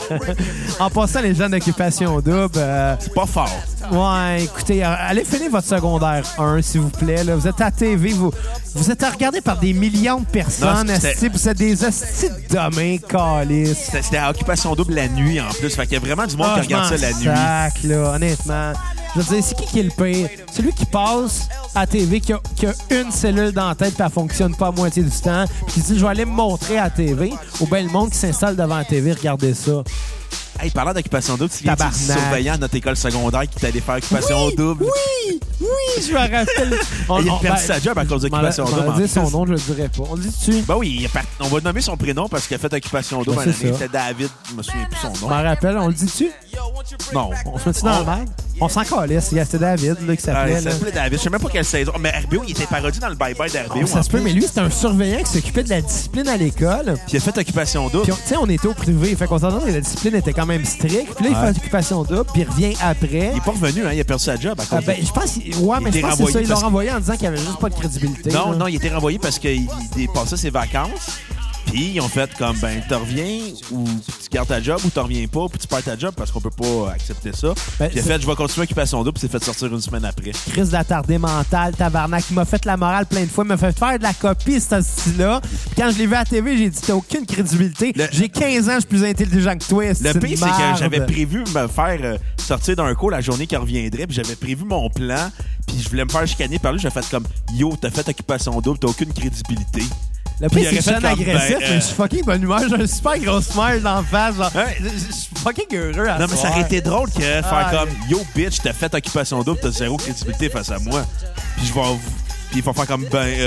En passant, les gens d'occupation double... c'est pas fort. Ouais, écoutez, allez finir votre secondaire 1, s'il vous plaît. Là. Vous êtes à la TV, vous êtes regardé par des millions de personnes. Vous êtes des hosties de domaines, calices. C'était à occupation double la nuit, en plus. Fait qu'il y a vraiment du monde qui regarde ça la nuit. Sac, là, honnêtement. Je veux dire, c'est qui est le pire? Celui qui passe à la TV, qui a une cellule dans la tête et elle fonctionne pas à moitié du temps, puis qui dit « je vais aller me montrer à la TV », ou bien le monde qui s'installe devant la TV, regardez ça. Hey, parlant d'occupation double, tu viens du surveillant de notre école secondaire qui t'allait faire occupation double. Oui, je me rappelle. Il a perdu sa job à cause d'occupation double. On va dire son nom, je le dirais pas. On le dit-tu? Ben oui, on va nommer son prénom parce qu'il a fait occupation double. C'était David, je me souviens plus son nom. Je m'en rappelle, on le dit-tu? Non. On se met-tu dans la merde? On s'en calisse. C'était David là, qui s'appelait. Ça s'appelait David. Je sais même pas quelle saison. Mais RBO, il était parodié dans le bye-bye d'RBO. Ça se peut, mais lui, c'était un surveillant qui s'occupait de la discipline à l'école. Puis il a fait occupation double. Tu sais, on était au privé. Fait qu'on s'entend que la discipline était quand même stricte. Puis là, il fait occupation double, puis il revient après. Il est pas revenu, hein. Il a perdu sa job à cause ben, je pense que c'est ça. Ils l'ont renvoyé en disant qu'il avait juste pas de crédibilité. Non, il était renvoyé parce qu'il dépassait ses vacances. Puis ils ont fait comme, ben, tu reviens ou tu gardes ta job ou tu reviens pas puis tu perds ta job parce qu'on peut pas accepter ça. Puis il a fait, je vais continuer occupation double puis s'est fait sortir une semaine après. Crise d'attardé mental, tabarnak. Il m'a fait la morale plein de fois. Il m'a fait faire de la copie, ce style-là. Puis quand je l'ai vu à la TV, j'ai dit, t'as aucune crédibilité. J'ai 15 ans, je suis plus intelligent que toi. Le pire, c'est que j'avais prévu me faire sortir d'un cours la journée qui reviendrait puis j'avais prévu mon plan puis je voulais me faire chicaner par lui. J'ai fait comme, yo, t'as fait occupation double, t'as aucune crédibilité. Le pire, c'est que je suis agressif, mais je suis fucking bonne humeur. J'ai un super gros smile dans la face. Genre, je suis fucking heureux à Non, mais ça aurait été drôle que faire comme « Yo, bitch, t'as fait occupation double, t'as zéro crédibilité face à moi. » Puis je vais... Puis il faut faire comme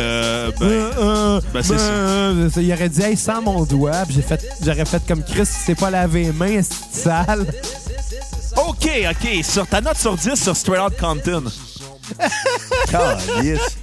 c'est ça. Il aurait dit « Hey, sans mon doigt. » Puis j'aurais fait comme Chris, tu sais pas laver les mains, c'est sale. OK. Sur ta note sur 10 sur Straight Outta Compton. Calice.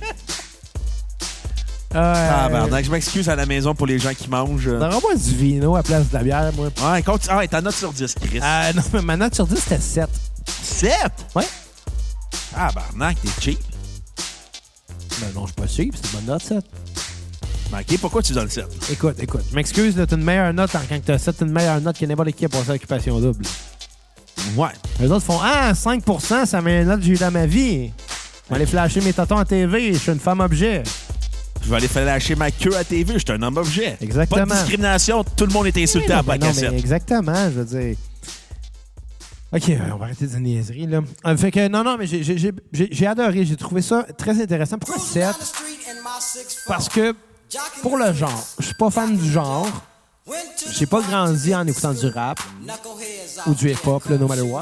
Barnac, je m'excuse à la maison pour les gens qui mangent. Donne-moi du vino à la place de la bière, moi. Ouais, ta note sur 10, Chris. Non, mais ma note sur 10, c'était 7. 7? Ouais. Barnac, t'es cheap. Ben non, je suis pas cheap, c'est une bonne note, 7. OK, pourquoi tu donnes 7? Écoute, je m'excuse, t'as une meilleure note quand t'as 7, t'as une meilleure note que n'importe qui a passé à occupation double. Ouais. Les autres font 5%, ça met une note que j'ai eu dans ma vie. Je vais aller flasher mes tontons à TV, je suis une femme objet. Je vais aller faire lâcher ma queue à TV, je suis un homme objet. Exactement. Pas de discrimination, tout le monde est insulté à la cassette. Exactement, je veux dire. OK, on va arrêter de dire niaiserie, là. Fait que, non, mais j'ai adoré, j'ai trouvé ça très intéressant. Pourquoi 7? Parce que, pour le genre, je suis pas fan du genre. J'ai pas grandi en écoutant du rap ou du hip-hop, là, no matter what.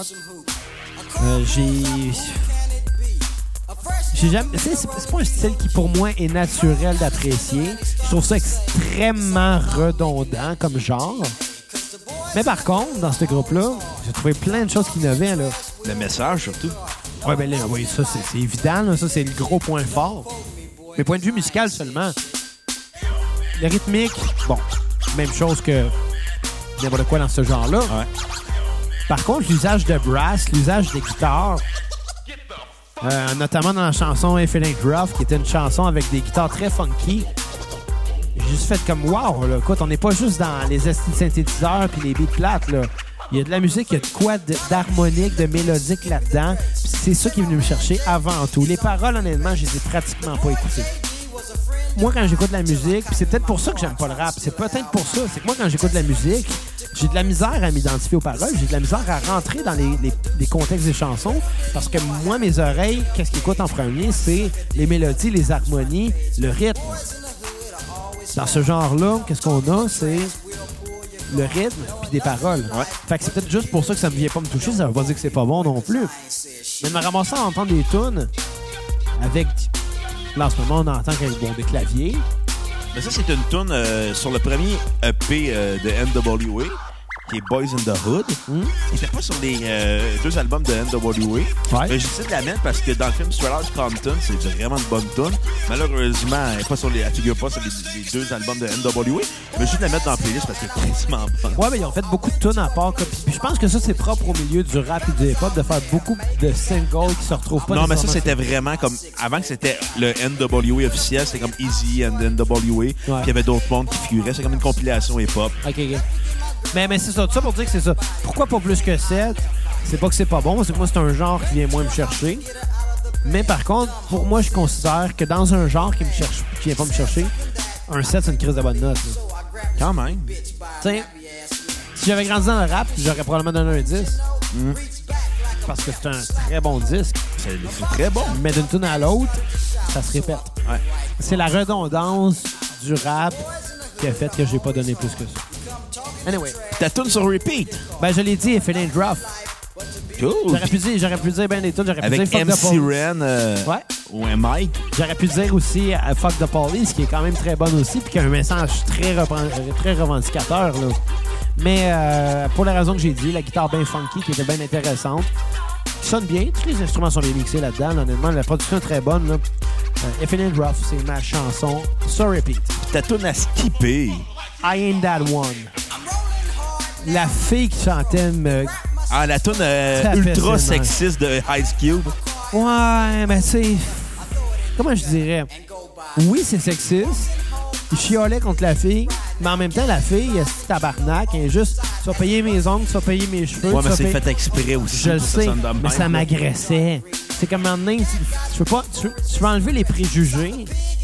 C'est pas un style qui, pour moi, est naturel d'apprécier. Je trouve ça extrêmement redondant comme genre. Mais par contre, dans ce groupe-là, j'ai trouvé plein de choses qui innovaient, là. Le message, surtout. Ouais, ben là, oui, ça, c'est évident, là. Ça, c'est le gros point fort. Mais point de vue musical seulement. Le rythmique, bon, même chose que n'importe quoi dans ce genre-là. Ouais. Par contre, l'usage de brass, l'usage des guitares... notamment dans la chanson Feeling Rough, qui était une chanson avec des guitares très funky. J'ai juste fait comme wow, là. Écoute, on n'est pas juste dans les synthétiseurs puis les beats plates, là. Il y a de la musique, il y a de quoi d'harmonique, de mélodique là-dedans. Puis c'est ça qui est venu me chercher avant tout. Les paroles, honnêtement, je les ai pratiquement pas écoutées. Moi, quand j'écoute la musique, puis c'est peut-être pour ça que j'aime pas le rap, c'est peut-être pour ça, c'est que moi, quand j'écoute la musique, j'ai de la misère à m'identifier aux paroles, j'ai de la misère à rentrer dans des contextes des chansons. Parce que moi, mes oreilles, qu'est-ce qu'ils écoutent en premier? C'est les mélodies, les harmonies, le rythme. Dans ce genre-là, qu'est-ce qu'on a? C'est le rythme puis des paroles. Ouais. Fait que c'est peut-être juste pour ça que ça me vient pas me toucher. Ça veut pas dire que c'est pas bon non plus. Mais de me ramasser à entendre des tunes avec... Là, en ce moment, on entend des claviers. Mais ça, c'est une tune sur le premier EP de NWA, qui est Boys in the Hood. Il n'était pas sur les 2 albums de NWA. Ouais. Mais j'essaie de la mettre parce que dans le film Straight Outta Compton, c'est vraiment une bonne tune. Malheureusement, elle ne figure pas sur les 2 albums de NWA. Mais juste la mettre dans la playlist parce que c'est quasiment bonne. Ouais, mais ils ont fait beaucoup de tunes à part. Puis je pense que ça, c'est propre au milieu du rap et du hip-hop de faire beaucoup de singles qui se retrouvent pas. Non, mais ça, nécessairement c'était vraiment comme... Avant que c'était le NWA officiel, c'était comme Easy and NWA. Puis il y avait d'autres mondes qui figuraient. C'est comme une compilation hip-hop. OK. Mais c'est ça. Tout ça pour dire que c'est ça. Pourquoi pas plus que 7? C'est pas que c'est pas bon. C'est que moi, c'est un genre qui vient moins me chercher. Mais par contre, pour moi, je considère que dans un genre qui vient pas me chercher, un 7, c'est une crise de bonne note. Là. Quand même. Tu sais, si j'avais grandi dans le rap, j'aurais probablement donné un 10. Parce que c'est un très bon disque. C'est très bon. Mais d'une tune à l'autre, ça se répète. Ouais. C'est la redondance du rap qui a fait que j'ai pas donné plus que ça. Anyway. Ta tune sur repeat. Ben, je l'ai dit, If It Ain't Rough. Cool. J'aurais pu dire ben des tunes. J'aurais pu Avec dire Fuck the MC Police. Ren Ouais. ou Mike. J'aurais pu dire aussi Fuck the Police, qui est quand même très bonne aussi, puis qui a un message très revendicateur. Là. Mais pour la raison que j'ai dit, la guitare bien funky, qui était bien intéressante, qui sonne bien. Tous les instruments sont bien mixés là-dedans. Là, honnêtement, la production est très bonne. Là. If It Ain't Rough, c'est ma chanson sur repeat. Ta tune à skipper. I Ain't That One. La fille qui chantait me... Ah, la tune Tapait ultra ses mains. sexiste de Ice Cube. Ouais, mais c'est... Comment je dirais? Oui, c'est sexiste. Il chiolait contre la fille, mais en même temps, la fille, elle se tabarnak. Elle est juste, tu vas payer mes ongles, tu vas payer mes cheveux. Ouais, tu mais vas c'est payer- fait exprès aussi. Je le pour que ça sais, sonne de mais même, ça là. m'agressait. C'est comme un moment donné, tu veux enlever les préjugés,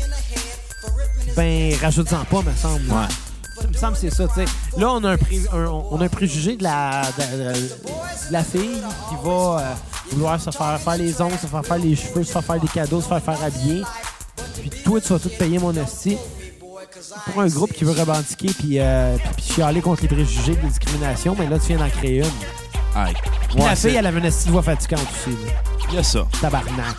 ben, rajoute-en pas, me semble. Ouais. Il me semble que c'est ça, tu sais. Là, on a un préjugé de la fille qui va vouloir se faire les ongles, se faire les cheveux, se faire des cadeaux, se faire habiller. Puis toi, tu vas tout payer mon hostie. Pour un groupe qui veut revendiquer puis chialer contre les préjugés et les discriminations, mais là, tu viens d'en créer une. Aïe. Puis Ouais, la fille, c'est- elle avait une hostie de voix fatigante aussi. Là. Il y a ça. Tabarnak.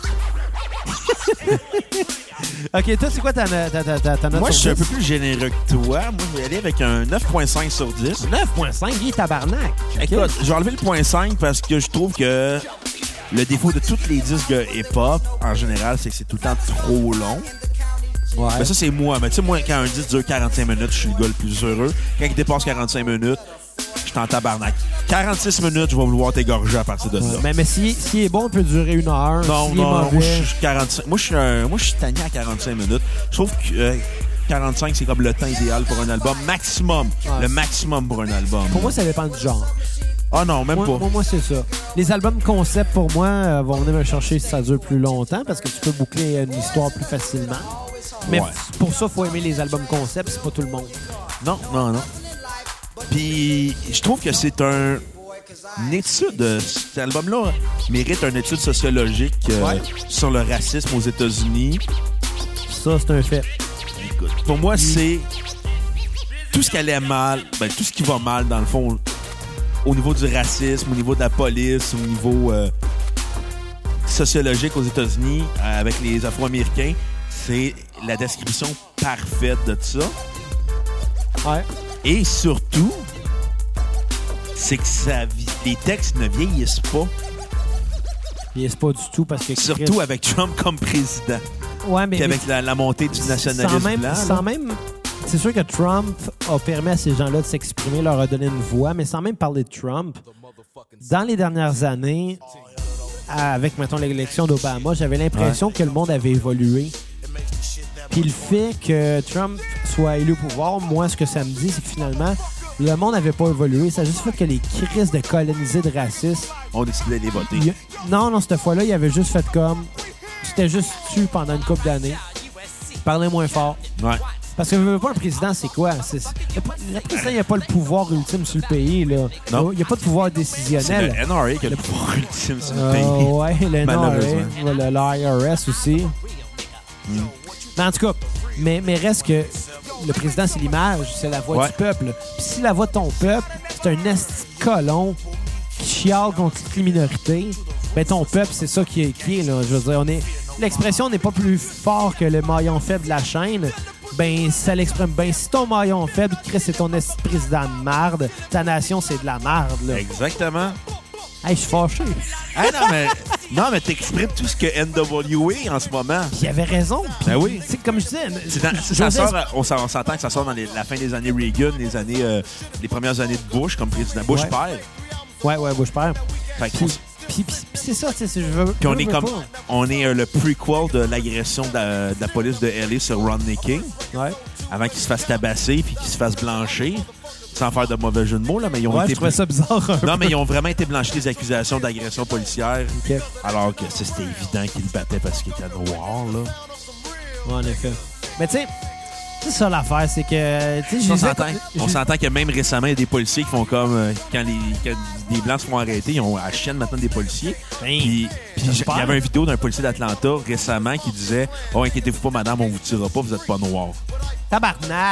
OK, toi, c'est quoi ta note Moi, je suis sur un 10? peu plus généreux que toi. Moi, je vais aller avec un 9.5 sur 10. 9.5, il est tabarnak. Écoute, j'ai enlevé le 0.5 parce que je trouve que le défaut de tous les disques de hip-hop, en général, c'est que c'est tout le temps trop long. Ouais. Mais ça, c'est moi. Mais tu sais, moi, quand un disque dure 45 minutes, je suis le gars le plus heureux. Quand il dépasse 45 minutes, je suis en tabarnak. 46 minutes, je vais vouloir t'égorger à partir de là. Mais s'il est bon, il peut durer 1 heure. Non, S'il est non, moi, mauvais, je suis 45. Moi, je suis tanné à 45 minutes. Je trouve que 45, c'est comme le temps idéal pour un album. Maximum. Ouais. Le maximum pour un album. pour moi, ça dépend du genre. Ah non, même pas. Moi, c'est ça. Les albums concept, pour moi, vont venir me chercher si ça dure plus longtemps parce que tu peux boucler une histoire plus facilement. Mais Ouais. pour ça, il faut aimer les albums concept, c'est pas tout le monde. Non. Puis, je trouve que c'est une étude. Cet album-là mérite une étude sociologique Ouais. sur le racisme aux États-Unis. Ça, c'est un fait. Écoute, pour moi, c'est tout ce qui allait mal, ben, tout ce qui va mal, dans le fond, au niveau du racisme, au niveau de la police, au niveau sociologique aux États-Unis, avec les Afro-Américains. C'est la description parfaite de ça. Ouais. Et surtout, c'est que les textes ne vieillissent pas, Il est pas du tout parce que... surtout avec Trump comme président. Ouais, mais... Puis avec la montée du nationalisme blanc. Sans même... C'est sûr que Trump a permis à ces gens-là de s'exprimer, leur a donné une voix, mais sans même parler de Trump, dans les dernières années, avec, mettons, l'élection d'Obama, j'avais l'impression que le monde avait évolué. Puis le fait que Trump soit élu au pouvoir, moi, ce que ça me dit, c'est que finalement, le monde n'avait pas évolué. Ça a juste fait que les crises de colonisés de racistes... On décidait de les voter. Non, cette fois-là, il avait juste fait comme... C'était juste tu pendant une couple d'années. Parlait moins fort. Ouais. Parce que le président, c'est quoi? Le président, il n'a pas le pouvoir ultime sur le pays. Là. Non. Il n'y a pas de pouvoir C'est décisionnel. le NRA qui a le pouvoir ultime sur le pays. Ouais, le Malheureusement. l'IRS aussi. Mais en tout cas, mais reste que le président, c'est l'image, c'est la voix Ouais. du peuple. Puis si la voix de ton peuple, c'est un esti de colon qui chiale contre toutes les minorités, ben ton peuple, c'est ça qui est là. Je veux dire, l'expression n'est pas plus fort que le maillon faible de la chaîne. Ben, ça l'exprime bien. Si ton maillon faible, Chris, c'est ton esti de président de marde, ta nation, c'est de la marde, là. Exactement. Hey, je suis fâché. Hey, non, mais t'exprimes tout ce que NWA en ce moment. Puis il avait raison. Puis, Ben oui. c'est comme je disais... Ça sort, on s'entend que ça sort dans la fin des années Reagan, les premières années de Bush comme président. Bush Ouais. père. Ouais, Bush père. Fait que Puis c'est ça, tu sais, je veux... puis on je est veux comme, pas. on est le prequel de l'agression de la police de LA sur Rodney King, Ouais. avant qu'il se fasse tabasser puis qu'il se fasse blanchir, sans faire de mauvais jeu de mots là, mais ils ont Ouais, je été trouvais ça bizarre un non peu. mais ils ont vraiment été blanchis des accusations d'agression policière, OK. alors que c'était évident qu'ils le battaient parce qu'il était noir là. Ouais, en effet. Mais tu sais, c'est ça l'affaire, c'est que... tu sais, On s'entend que même récemment, il y a des policiers qui font comme... quand des Blancs se font arrêter, ils ont à la chienne maintenant des policiers. Puis il j'espère. y avait une vidéo d'un policier d'Atlanta récemment qui disait « Oh, inquiétez-vous pas, madame, on vous tirera pas, vous êtes pas noir. Tabarnak! »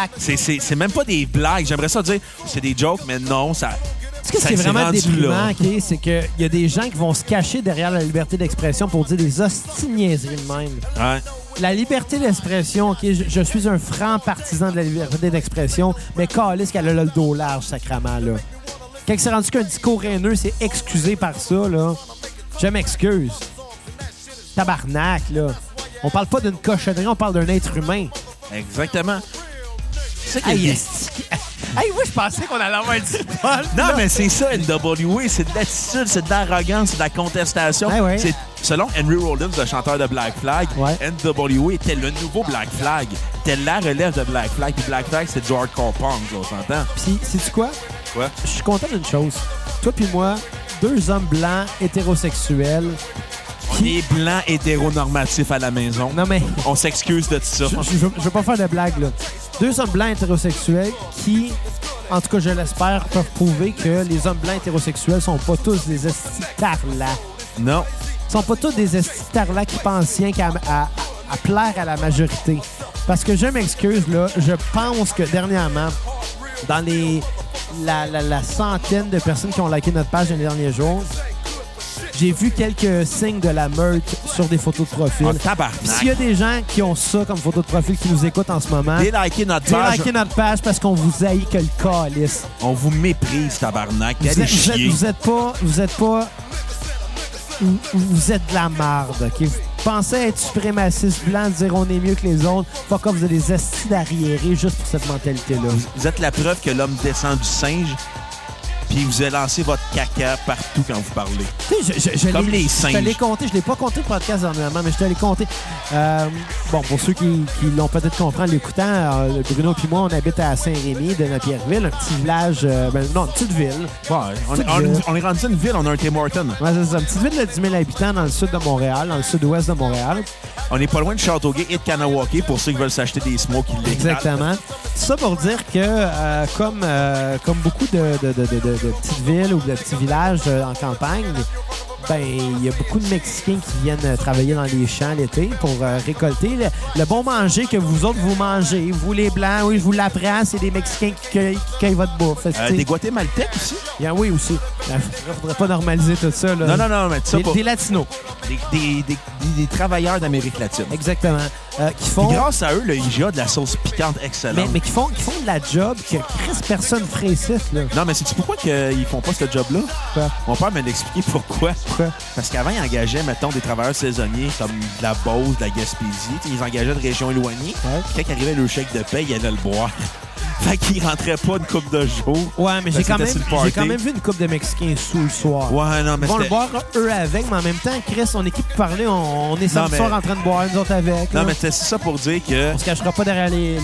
C'est même pas des blagues. J'aimerais ça dire c'est des jokes, mais non, ça... Ce que ça c'est s'est vraiment rendu déprimant, là. OK, c'est qu'il y a des gens qui vont se cacher derrière la liberté d'expression pour dire des hosties de niaiseries de même. Ouais. La liberté d'expression, OK, je suis un franc partisan de la liberté d'expression, mais calisse qu'elle a le dos large, sacrament, là. Quand c'est rendu qu'un discours haineux, c'est excusé par ça, là. Je m'excuse. Tabarnak, là. On parle pas d'une cochonnerie, on parle d'un être humain. Exactement. C'est ça qui Hey, est- esti- hey, moi, je pensais qu'on allait avoir du bol. Non, là. mais c'est ça, NWA. C'est de l'attitude, c'est de l'arrogance, c'est de la contestation. Ah ouais. C'est, selon Henry Rollins, le chanteur de Black Flag, Ouais. NWA était le nouveau Black Flag. C'était la relève de Black Flag. Puis Black Flag, c'est du hardcore punk, là, on s'entend. Puis, sais-tu quoi? Ouais. Je suis content d'une chose. Toi puis moi, deux hommes blancs hétérosexuels. On est blancs hétéronormatifs à la maison. Non, mais On s'excuse de ça. je veux pas faire de blague, là. Deux hommes blancs hétérosexuels qui, en tout cas, je l'espère, peuvent prouver que les hommes blancs hétérosexuels sont pas tous des estis tarlats. Non. Ils sont pas tous des estis tarlats qui pensent rien qu'à à plaire à la majorité. Parce que je m'excuse, là, je pense que dernièrement, dans la centaine de personnes qui ont liké notre page dans les derniers jours, j'ai vu quelques signes de la meute sur des photos de profil. Oh, tabarnak. Puis s'il y a des gens qui ont ça comme photo de profil qui nous écoutent en ce moment, Délikez notre page. likez notre page parce qu'on vous haït que le calice. On vous méprise, tabarnak. Vous Allez êtes, vous êtes- chier. vous êtes pas... Vous êtes de la marde, OK? Vous pensez être suprémaciste blanc, dire on est mieux que les autres. Pas comme vous êtes des astis d'arriérés juste pour cette mentalité-là. Vous êtes la preuve que l'homme descend du singe, puis vous avez lancé votre caca partout quand vous parlez. Tu sais, je Comme l'ai- les Je te singes. l'ai compté. Je l'ai pas compté le podcast dernièrement, mais je te l'ai compté. Bon, pour ceux qui l'ont peut-être compris en l'écoutant, Bruno puis moi, on habite à Saint-Rémy de Napierville, un petit village... non, une petite ville. Ouais, on est rendu une ville, on a un Tim Hortons. Ouais, c'est ça, une petite ville de 10 000 habitants dans le sud de Montréal, dans le sud-ouest de Montréal. On n'est pas loin de Châteauguay et de Kanawake pour ceux qui veulent s'acheter des smokes illégales. Exactement. Tout ça pour dire que, comme beaucoup de petites villes ou de petits villages en campagne, ben il y a beaucoup de Mexicains qui viennent travailler dans les champs l'été pour récolter le bon manger que vous autres, vous mangez. Vous, les Blancs, oui, je vous l'apprends, c'est des Mexicains qui cueillent votre bouffe. Fait que, tu sais, Des Guatémaltèques aussi? oui, aussi. Il faudrait pas normaliser tout ça. Là. Non, mais ça, Des Latinos. des travailleurs d'Amérique latine. Exactement. Qui font... Puis grâce à eux, le IGA a de la sauce piquante excellente. Mais qui font de la job que Chris, personne ferait ici, là. Non, mais sais-tu pourquoi ils font pas ce job-là? Pourquoi? Mon père m'a expliqué pourquoi. Pourquoi? Parce qu'avant, ils engageaient, mettons, des travailleurs saisonniers comme de la Beauce, de la Gaspésie. T'sais, ils engageaient de régions éloignées. Ouais. Puis quand arrivait le chèque de paie, ils allaient le boire. Fait qu'ils rentraient pas une couple de jours. Ouais, mais Parce que c'était sur le party. j'ai quand même vu une couple de Mexicains sous le soir. Ouais, non, mais Ils vont le c'était... boire eux avec, mais en même temps, Chris, on est qui pour parler, on est samedi mais- soir en train de boire, nous autres avec. Non, là. mais c'était ça pour dire que On se cachera pas derrière les...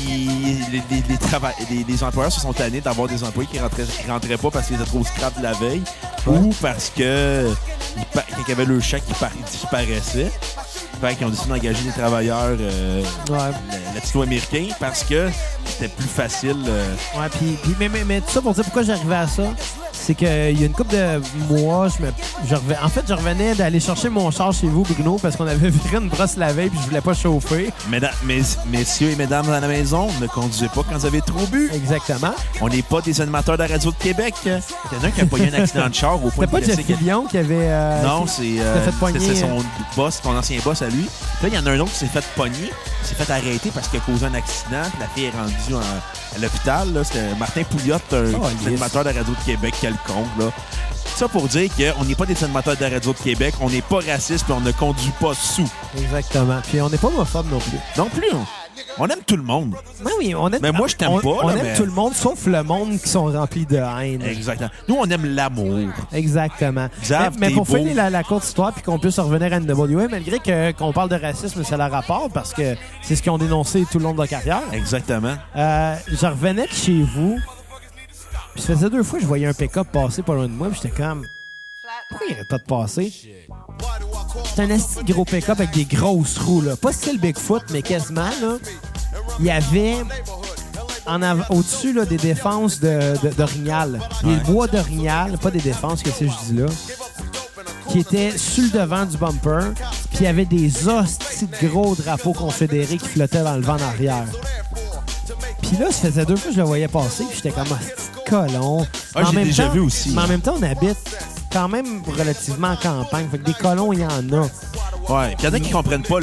les employeurs se sont tannés d'avoir des employés qui rentraient pas parce qu'ils étaient trop scrap de la veille ou parce que quand il y avait le chèque qui disparaissait. Fait qu'ils ont décidé d'engager des travailleurs latino-américains parce que c'était plus facile. Ouais, mais tout ça pour dire pourquoi j'arrivais à ça, c'est qu'il y a une couple de mois, je revenais d'aller chercher mon char chez vous, Bruno, parce qu'on avait viré une brosse la veille puis je voulais pas chauffer. Messieurs et mesdames à la maison, ne conduisez pas quand vous avez trop bu. Exactement. On n'est pas des animateurs de la radio de Québec. Il y en a un qui a pogné un accident de char au point de C'était pas blesser Jeff Fillion qui avait... non, c'est son boss, son ancien boss à lui. Là, il y en a un autre qui s'est fait pogner, qui s'est fait arrêter parce qu'il a causé un accident. Puis la fille est rendue à l'hôpital. Là. C'était Martin Pouliot, un animateur de la radio de Québec quelconque. Là. Ça pour dire qu'on n'est pas des animateurs de la radio de Québec, on n'est pas raciste puis on ne conduit pas sous. Exactement. Puis on n'est pas homophobe non plus. Non plus. On aime tout le monde. Oui, on aime. Mais moi, je t'aime pas. On aime tout le monde, sauf le monde qui sont remplis de haine. Exactement. Nous, on aime l'amour. Exactement. Xav, mais pour beau. finir la courte histoire puis qu'on puisse revenir à NWA, malgré qu'on parle de racisme, c'est le rapport parce que c'est ce qu'ils ont dénoncé tout le long de leur carrière. Exactement. Je revenais de chez vous, puis ça faisait 2 fois que je voyais un pick-up passer pas loin de moi, puis j'étais comme... Pourquoi il arrête pas de passer? C'est un esti de gros pick-up avec des grosses roues, là. Pas style Bigfoot, mais quasiment, là. Il y avait au-dessus là, des défenses d'orignal. Les bois d'orignal, pas des défenses, que c'est je dis là, qui étaient sur le devant du bumper, puis il y avait des hosties de gros drapeaux confédérés qui flottaient dans le vent en arrière. Puis là, ça faisait 2 fois que je le voyais passer, puis j'étais comme un colon. Ah, j'ai déjà vu aussi. Mais en même temps, on habite quand même relativement en campagne. Fait que des colons, il y en a. Ouais. Puis il y en a qui comprennent pas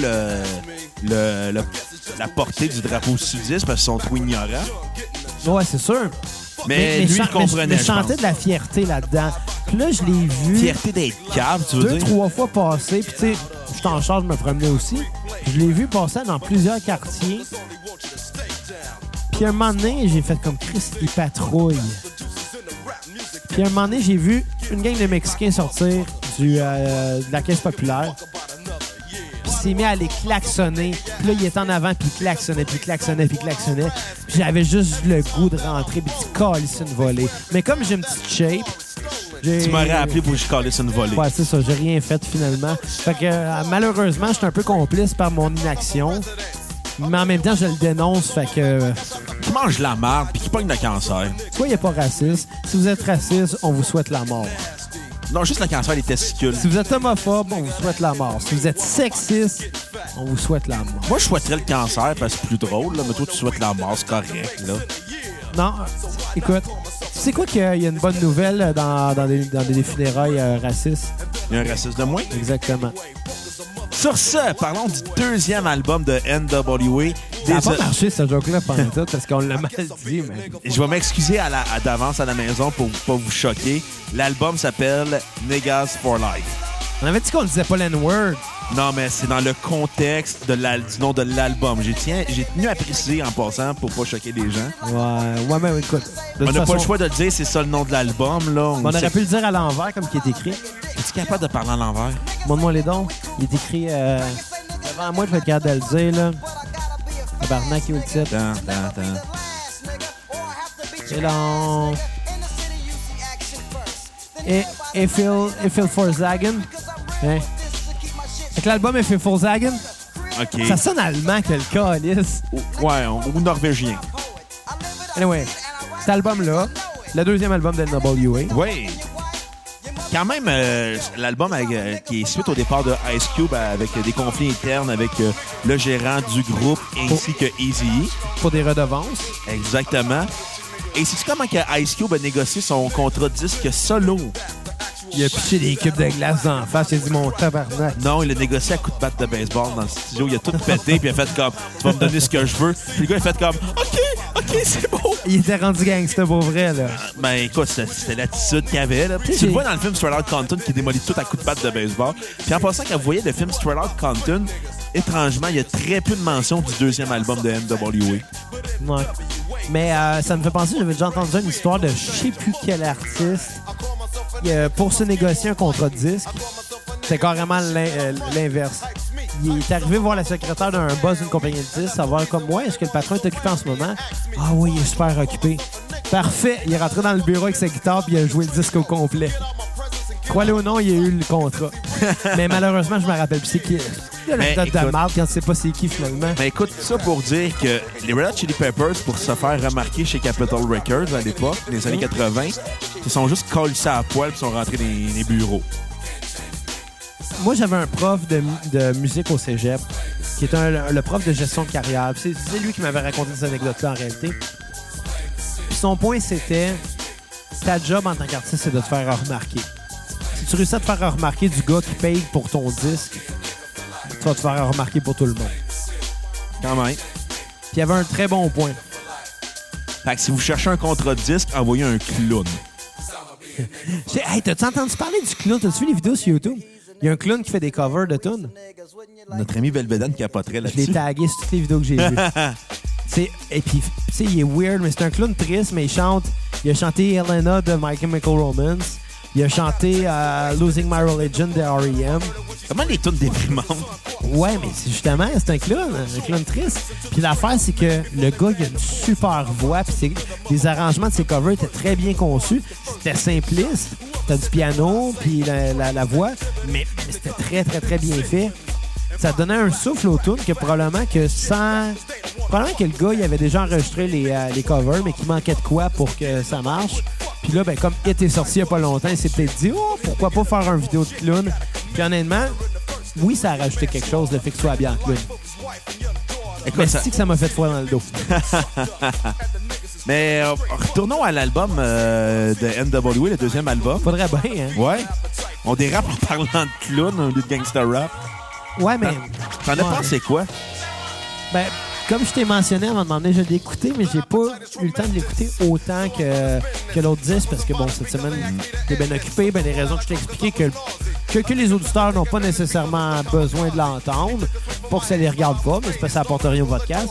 la portée du drapeau sudiste parce qu'ils sont trop ignorants. Ouais, c'est sûr. Mais lui, il comprenait, mais je sentais de la fierté là-dedans. Puis là, je l'ai vu... Fierté d'être cave, tu veux dire? 2-3 fois passer. Puis tu sais, je suis en charge de me promener aussi. Je l'ai vu passer dans plusieurs quartiers. Puis un moment donné, j'ai fait comme Chris, il patrouille. Puis un moment donné, j'ai vu une gang de Mexicains sortir de la caisse populaire. Puis il s'est mis à les klaxonner. Puis là, il était en avant, puis il klaxonnait, puis il klaxonnait, puis il klaxonnait. Puis j'avais juste le goût de rentrer, puis de calisser une volée. Mais comme j'ai une petite shape... Tu m'aurais appelé pour que je calisse une volée. Ouais, c'est ça. J'ai rien fait, finalement. Fait que, malheureusement, je suis un peu complice par mon inaction. Mais en même temps, je le dénonce, fait que... Qui mange la merde puis qui pogne le cancer. Soyez pas raciste. Si vous êtes raciste, on vous souhaite la mort. Non, juste le cancer des testicules. Si vous êtes homophobe, on vous souhaite la mort. Si vous êtes sexiste, on vous souhaite la mort. Moi, je souhaiterais le cancer parce que c'est plus drôle, là, mais toi, tu souhaites la mort, c'est correct, là. Non, écoute, tu sais quoi qu'il y a une bonne nouvelle dans des funérailles racistes? Il y a un raciste de moins? Exactement. Sur ce, parlons du 2e album de NWA. Ça n'a pas marché, ce joke-là, pendant tout, parce qu'on l'a mal dit, mais... Je vais m'excuser d'avance à la maison pour pas vous choquer. L'album s'appelle Niggas for Life. On avait dit qu'on ne disait pas l'N-word. Non, mais c'est dans le contexte du nom de l'album. J'ai tenu à préciser en passant pour pas choquer les gens. Ouais, mais écoute... On n'a pas le choix de le dire, c'est ça le nom de l'album, là. On aurait pu le dire à l'envers, comme qui est écrit. Es-tu capable de parler à l'envers? Montre-moi les dons. Il est écrit... devant moi, je vais être capable de le dire, là. Tabarnak, il est le titre. C'est long. Et Phil Forzagen. Hein? Fait que l'album est Phil Forzagen. OK. Ça sonne allemand que le calice. Ouais, ou norvégien. Anyway, cet album-là, le 2e album de NWA. Oui. Quand même, l'album qui est suite au départ de Ice Cube avec des conflits internes avec le gérant du groupe ainsi que Eazy-E. Pour des redevances. Exactement. Et sais-tu comment que Ice Cube a négocié son contrat de disque solo? Il a piché des cubes de glace d'en face. Il a dit mon tabarnak. Non, il a négocié à coups de batte de baseball dans le studio. Il a tout pété, puis il a fait comme tu vas me donner ce que je veux. Puis le gars, il a fait comme OK, c'est beau. Il était rendu gangster pour vrai, là. Ben écoute, c'était l'attitude qu'il avait, là. Tu le vois dans le film Straight Outta Compton qui démolit tout à coups de batte de baseball. Puis en passant, quand vous voyez le film Straight Outta Compton, étrangement, il y a très peu de mentions du 2e album de NWA. Ouais. Mais ça me fait penser, j'avais déjà entendu une histoire de je sais plus quel artiste pour se négocier un contrat de disque. C'est carrément l'inverse. Il est arrivé voir la secrétaire d'un boss d'une compagnie de disques, savoir comme moi, est-ce que le patron est occupé en ce moment? Ah oui, il est super occupé. Parfait. Il est rentré dans le bureau avec sa guitare puis il a joué le disque au complet. Croyez-le ou non, il a eu le contrat. Mais malheureusement, je me rappelle plus c'est qui. là, Mais l'anecdote de écoute- marde quand tu sais pas c'est qui finalement. Mais écoute, ça pour dire que les Red Hot Chili Peppers, pour se faire remarquer chez Capitol Records à l'époque, les années 80, ils sont juste collés ça à poil et sont rentrés dans les bureaux. Moi, j'avais un prof de musique au cégep qui est le prof de gestion de carrière. Puis c'est lui qui m'avait raconté cette anecdote-là en réalité. Puis son point, c'était ta job en tant qu'artiste, c'est de te faire remarquer. Si tu réussis à te faire remarquer du gars qui paye pour ton disque, tu vas te faire remarquer pour tout le monde. Quand même. Puis il y avait un très bon point. Fait que si vous cherchez un contrat de disque, envoyez un clown. Hey, t'as-tu entendu parler du clown? T'as-tu vu les vidéos sur YouTube? Il y a un clown qui fait des covers de tunes. Notre ami Belvedere capoterait Je l'ai là-dessus. tagué sur toutes les vidéos que j'ai vues. Et puis, tu sais, il est weird, mais c'est un clown triste, mais il chante. Il a chanté Helena de My Chemical Romance. Il a chanté Losing My Religion de R.E.M. Comment les tunes déprimantes? Ouais, mais justement, c'est un clown triste. Puis l'affaire, c'est que le gars, il a une super voix. Puis les arrangements de ses covers étaient très bien conçus. C'était simpliste. T'as du piano, puis la voix. Mais c'était très, très, très bien fait. Ça donnait un souffle au tune que probablement que le gars, il avait déjà enregistré les covers, mais qu'il manquait de quoi pour que ça marche. Puis là, ben, comme Hit est sorti il n'y a pas longtemps, il s'est peut-être dit « Oh, pourquoi pas faire une vidéo de clown? » Puis honnêtement, oui, ça a rajouté quelque chose, le fait que ce soit habillé en clown. Écoute, Mais c'est que ça m'a fait froid dans le dos. Mais retournons à l'album de NWA, le deuxième album. Faudrait bien, hein? Ouais. On dérape en parlant de clown au lieu de gangster rap. Ouais, mais... T'en as pensé quoi? Ben, comme je t'ai mentionné avant de m'emmener, je l'ai écouté, mais j'ai pas eu le temps de l'écouter autant que l'autre disque, parce que, bon, cette semaine, t'es bien occupé, ben des raisons que je t'ai expliquées que les auditeurs n'ont pas nécessairement besoin de l'entendre, pas que ça les regarde pas, mais c'est parce que ça apporte rien au podcast.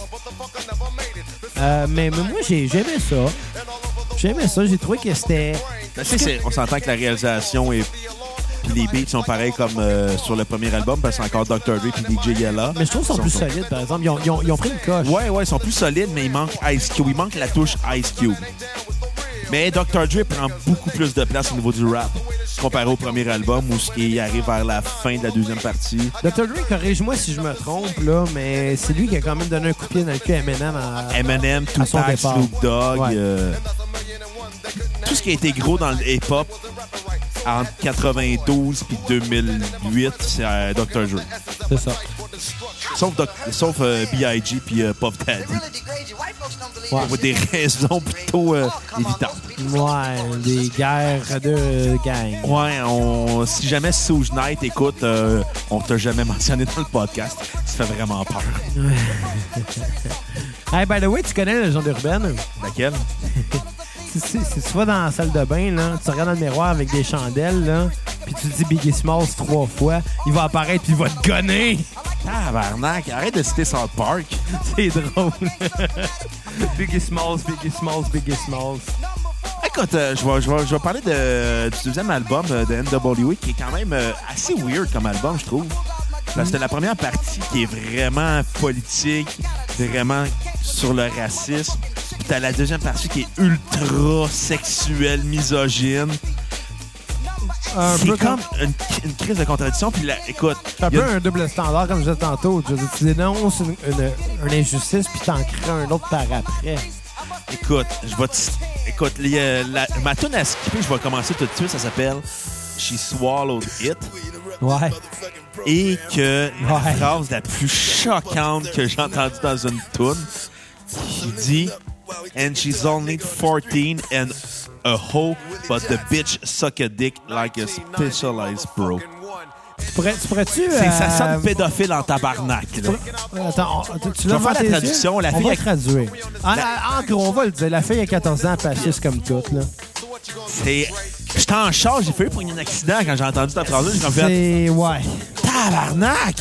Mais moi, j'aimais ça. J'aimais ça, j'ai trouvé que c'était... Ben, tu sais, on s'entend que la réalisation et puis les beats sont pareils comme sur le premier album, parce que c'est encore Dr. Dre et DJ Yella. Mais je trouve qu'ils sont plus solides, par exemple. Ils ont pris une coche. Ouais, ils sont plus solides, mais il manque Ice Cube. Il manque la touche Ice Cube. Mais Dr. Dre prend beaucoup plus de place au niveau du rap comparé au premier album où il arrive vers la fin de la deuxième partie. Dr. Dre, corrige-moi si je me trompe, là, mais c'est lui qui a quand même donné un coup de pied dans le cul à Eminem. Eminem, à son Tupac, départ. Snoop Dogg, Ouais. Tout ce qui a été gros dans le hip-hop entre 92 et 2008, c'est Dr. Dre. C'est ça. Sauf B.I.G. puis Puff Daddy. Ouais. Pour des raisons plutôt évidentes. Ouais, des guerres de gang. Ouais, si jamais Suge Knight écoute, on t'a jamais mentionné dans le podcast. Ça fait vraiment peur. Hey, by the way, tu connais la légende urbaine? Laquelle? Si tu vas dans la salle de bain, là, tu regardes dans le miroir avec des chandelles, là, puis tu dis Biggie Smalls 3 fois, il va apparaître puis il va te gonner. Tabarnak, arrête de citer South Park. C'est drôle. Biggie Smalls, Biggie Smalls, Biggie Smalls. Écoute, je vais parler du deuxième album de NWA qui est quand même assez weird comme album, je trouve. Parce que c'est la première partie qui est vraiment politique, vraiment sur le racisme. Puis t'as la deuxième partie qui est ultra sexuelle, misogyne. Un C'est peu comme une crise de contradiction. Puis là, écoute, C'est un il y a peu un double standard, comme je disais tantôt. Tu dénonces une injustice puis t'en crées un autre par après. Écoute, écoute, ma tune à skipper, je vais commencer tout de suite. Ça s'appelle She Swallowed It. Ouais. Et que la Ouais. phrase la plus choquante que j'ai entendue dans une tune, qui dit And she's only 14 and a hoe, but the bitch suck a dick like a specialized bro. Tu pourrais-tu... Ça sonne pédophile en tabarnak. Là. Attends, tu Je l'as vais faire la tes traduction. yeux? La On fille va a- traduire. En gros, on va le dire. La fille a 14 ans, puis elle suce comme toute, là. J'étais en charge, j'ai failli pour un accident quand j'ai entendu ta phrase-là. J'ai comme fait C'est... Ouais. tabarnak!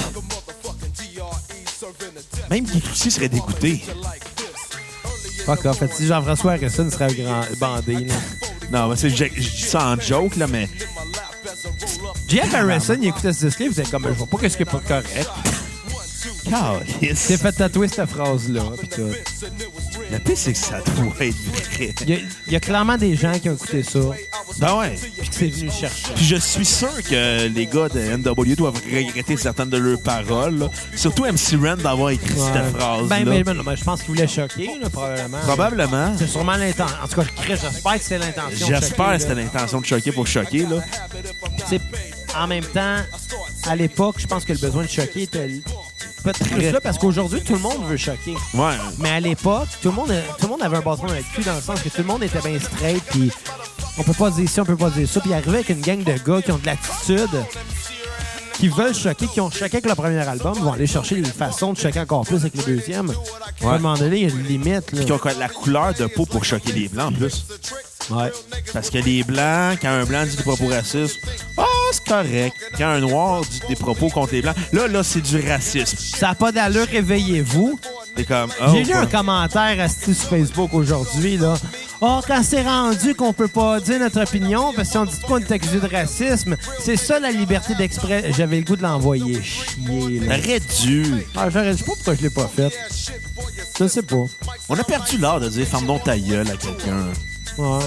Même Guy Cloutier serait dégoûté. Fuck off. Fait si Jean-François Harrison serait un grand bandé, là. Non, mais je dis ça en joke, là, mais Jeff Harrison, il écoutait ce disque-là, il faisait comme, je vois pas qu'est-ce qui est pas correct. Il s'est fait tatouer cette phrase-là, pis tout. Le pire, c'est que ça doit être vrai. Il y a clairement des gens qui ont écouté ça. Ben ouais. puis que c'est venu le chercher. Puis je suis sûr que les gars de NW doivent regretter certaines de leurs paroles. Là. Surtout MC Ren d'avoir écrit cette phrase-là. Ben, je pense qu'il voulait choquer, là, probablement. Probablement. C'est sûrement l'intention. En tout cas, j'espère que c'est l'intention. J'espère que c'était l'intention de choquer pour choquer. Là. C'est en même temps, à l'époque, je pense que le besoin de choquer était peut-être plus là parce qu'aujourd'hui, tout le monde veut choquer. Ouais. Mais à l'époque, tout le monde avait un bâton dans le cul dans le sens que tout le monde était bien straight, puis on peut pas dire ci, on peut pas dire ça. Puis il arrivait avec une gang de gars qui ont de l'attitude, qui veulent choquer, qui ont choqué avec le premier album, vont aller chercher une façon de choquer encore plus avec le deuxième. À un moment donné, il y a une limite. Là. Qui ont la couleur de peau pour choquer les Blancs en plus. Ouais. Parce que les Blancs, quand un Blanc dit des propos racistes, c'est correct. Quand un Noir dit des propos contre les Blancs, là, c'est du racisme. Ça n'a pas d'allure, réveillez-vous. C'est comme... J'ai lu un commentaire sur Facebook aujourd'hui, là. Quand c'est rendu qu'on peut pas dire notre opinion, parce que si on dit qu'on est accusé de racisme, c'est ça la liberté d'expression. J'avais le goût de l'envoyer chier, là. T'aurais dû. Je sais pas pourquoi je l'ai pas fait. Je sais pas. On a perdu l'art de dire « ferme donc ta gueule » à quelqu'un. Ouais.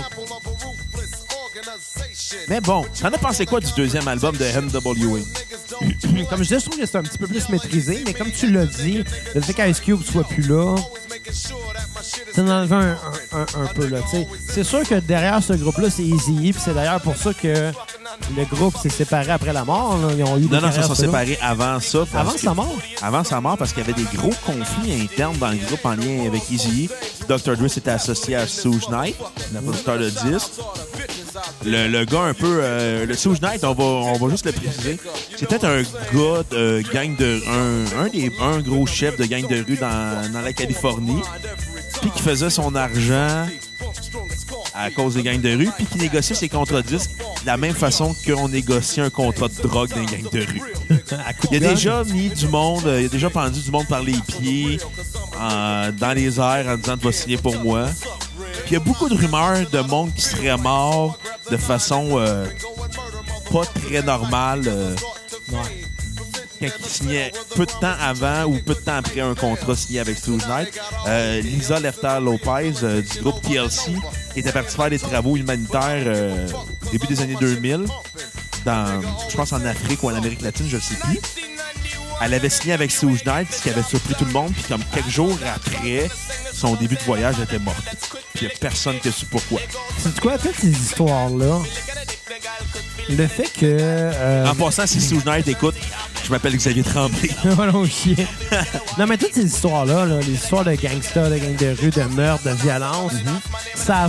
Mais bon, t'en as pensé quoi du deuxième album de NWA? Comme je disais, je trouve que c'est un petit peu plus maîtrisé, mais comme tu l'as dit, le fait qu'Ice Cube soit plus là, ça en enlève un peu, là, tu sais. C'est sûr que derrière ce groupe-là, c'est Eazy-E, puis c'est d'ailleurs pour ça que le groupe s'est séparé après la mort, là. Ils ont eu Non, ils se sont séparés avant ça. Avant sa mort? Avant sa mort, parce qu'il y avait des gros conflits internes dans le groupe en lien avec Eazy-E. Dr. Dre s'était associé à Suge Knight, le producteur de disques. Le gars un peu... le Suge Knight, on va juste le préciser, c'était un gars de gang de... Un gros chef de gang de rue dans la Californie, puis qui faisait son argent à cause des gangs de rue, puis qui négociait ses contrats de disques de la même façon qu'on négocie un contrat de drogue dans les gangs de rue. Il a déjà mis du monde, il a déjà pendu du monde par les pieds, dans les airs, en disant « tu vas signer pour moi ». Puis il y a beaucoup de rumeurs de monde qui serait mort de façon pas très normale. Quand il signait peu de temps avant ou peu de temps après un contrat signé avec Suge Knight. Lisa Lefter Lopez du groupe TLC, qui était partie faire des travaux humanitaires au début des années 2000, je pense en Afrique ou en Amérique latine, je ne sais plus. Elle avait signé avec Suge Knight, ce qui avait surpris tout le monde, puis comme quelques jours après, son début de voyage était morte. Puis il n'y a personne qui a su pourquoi. C'est quoi, toutes ces histoires-là? Le fait que... En passant, si Suge Knight écoute, je m'appelle Xavier Tremblay. Oh chier. Non, mais toutes ces histoires-là, là, les histoires de gangsters, de gangs de rue, de meurtres, de violence, ça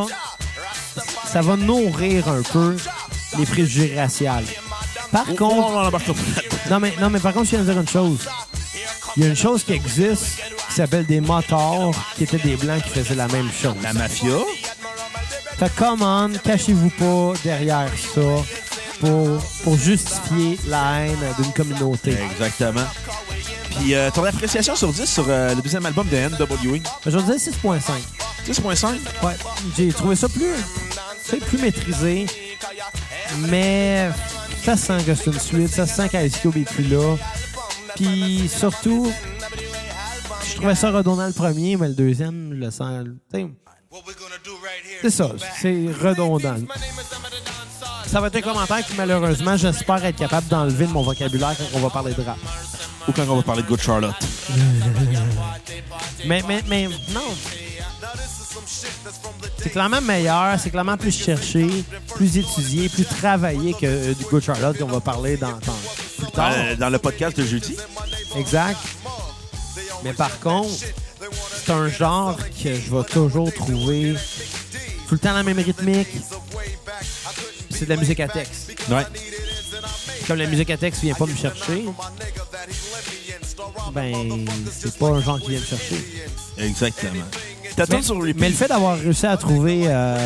va nourrir un peu les préjugés raciaux. Par contre... Non, mais par contre, je viens de dire une chose. Il y a une chose qui existe qui s'appelle des motards, qui étaient des Blancs qui faisaient la même chose. La mafia. Fait que, come on, cachez-vous pas derrière ça pour justifier la haine d'une communauté. Exactement. Puis ton appréciation sur 10 sur le deuxième album de NWA? Je vais dire 6.5. 6.5? Ouais. J'ai trouvé ça plus maîtrisé, mais ça sent que c'est une suite, ça sent qu'Ice Cube est plus là. Puis surtout, je trouvais ça redondant le premier, mais le deuxième, je le sens... C'est ça, c'est redondant. Ça va être un commentaire qui, malheureusement, j'espère être capable d'enlever de mon vocabulaire quand on va parler de rap. Ou quand on va parler de Good Charlotte. mais non. C'est clairement meilleur, c'est clairement plus cherché, plus étudié, plus travaillé que du Good Charlotte qu'on va parler plus tard. Dans le podcast de jeudi. Exact. Mais par contre, c'est un genre que je vais toujours trouver tout le temps la même rythmique. C'est de la musique à texte. Ouais. Comme la musique à texte vient pas me chercher, ben, c'est pas un genre qui vient me chercher. Exactement. Mais le fait d'avoir réussi à trouver...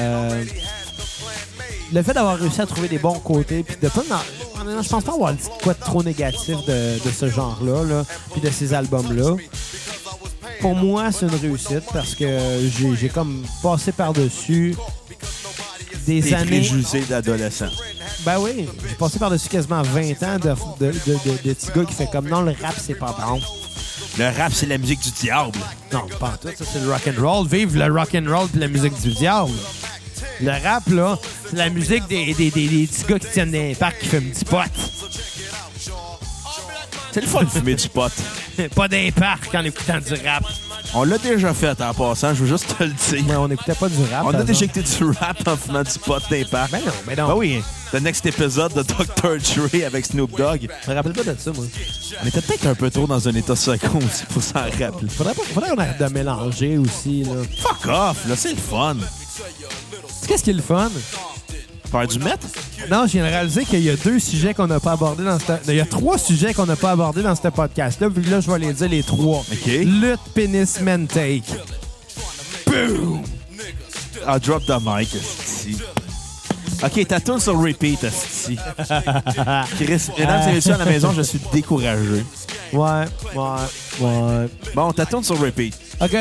le fait d'avoir réussi à trouver des bons côtés, puis de pas... Je pense pas avoir dit quoi de trop négatif de ce genre-là, là, puis de ces albums-là. Pour moi, c'est une réussite parce que j'ai comme passé par-dessus des années... préjugés d'adolescents. Ben oui, j'ai passé par-dessus quasiment 20 ans de petits gars qui fait comme non, le rap, c'est pas bon. Le rap, c'est la musique du diable. Non, pas tout. Ça, c'est le rock'n'roll. Vive le rock'n'roll et la musique du diable. Le rap, là, c'est la musique des petits gars qui tiennent des parcs qui fument du pot. C'est le fun de fumer du pot. Pas des parcs en écoutant du rap. On l'a déjà fait en passant, je veux juste te le dire. Mais on n'écoutait pas du rap. On a avant. déjà écouté du rap en fumant du pot d'un parc. Ben non, ben non. Ben oui, le next épisode de Dr. Dre avec Snoop Dogg. Je me rappelle pas de ça, moi. On était peut-être un peu trop dans un état second aussi pour s'en rappeler. Faudrait qu'on arrête de mélanger aussi, là. Fuck off, là, c'est le fun. Qu'est-ce qui est le fun? Faire du meth? Non, je viens de réaliser qu'il y a 2 sujets qu'on n'a pas abordés dans ce... Il y a 3 sujets qu'on n'a pas abordés dans ce podcast-là. Puis là, je vais les dire les 3. OK. Lutte, pénis, men take. Boom! Ah, drop the mic, esti. OK, ta tourne sur repeat, esti. Chris, mesdames et messieurs à la maison, je suis découragé. Ouais. Bon, ta tourne sur repeat. OK,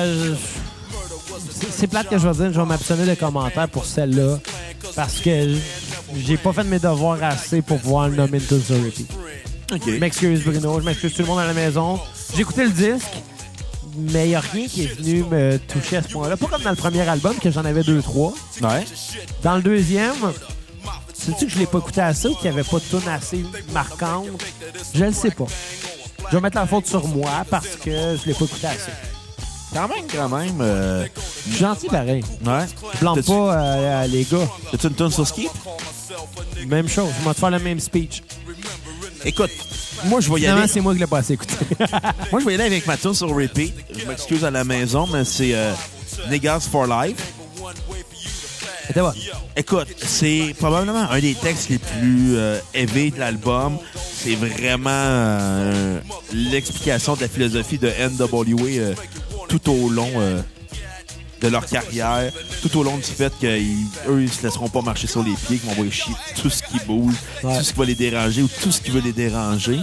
c'est plate que je vais dire. Je vais m'abstenir de commentaires pour celle-là. Parce que j'ai pas fait mes devoirs assez pour pouvoir le nommer une tune sur repeat. OK. Je m'excuse, Bruno. Je m'excuse tout le monde à la maison. J'ai écouté le disque, mais il n'y a rien qui est venu me toucher à ce point-là. Pas comme dans le premier album, que j'en avais 2-3. Ouais. Dans le deuxième, sais-tu que je l'ai pas écouté assez ou qu'il n'y avait pas de tune assez marquante? Je le sais pas. Je vais mettre la faute sur moi parce que je l'ai pas écouté assez. Quand même. Je suis gentil pareil. Ouais. Je blâme T'as-tu- pas les gars. T'as-tu une tourne sur Skip? Même chose. Je vais te faire le même speech. Écoute, moi, je vais y Finalement, aller. c'est moi qui l'ai pas assez écouté. Moi, je vais y aller avec ma tourne sur repeat. Je m'excuse à la maison, mais c'est Niggas for Life. C'était bon. Écoute, c'est probablement un des textes les plus élevés de l'album. C'est vraiment l'explication de la philosophie de NWA tout au long de leur carrière, tout au long du fait qu'eux, ils se laisseront pas marcher sur les pieds, qu'ils vont envoyer chier tout ce qui bouge, Ouais. tout ce qui va les déranger ou tout ce qui veut les déranger.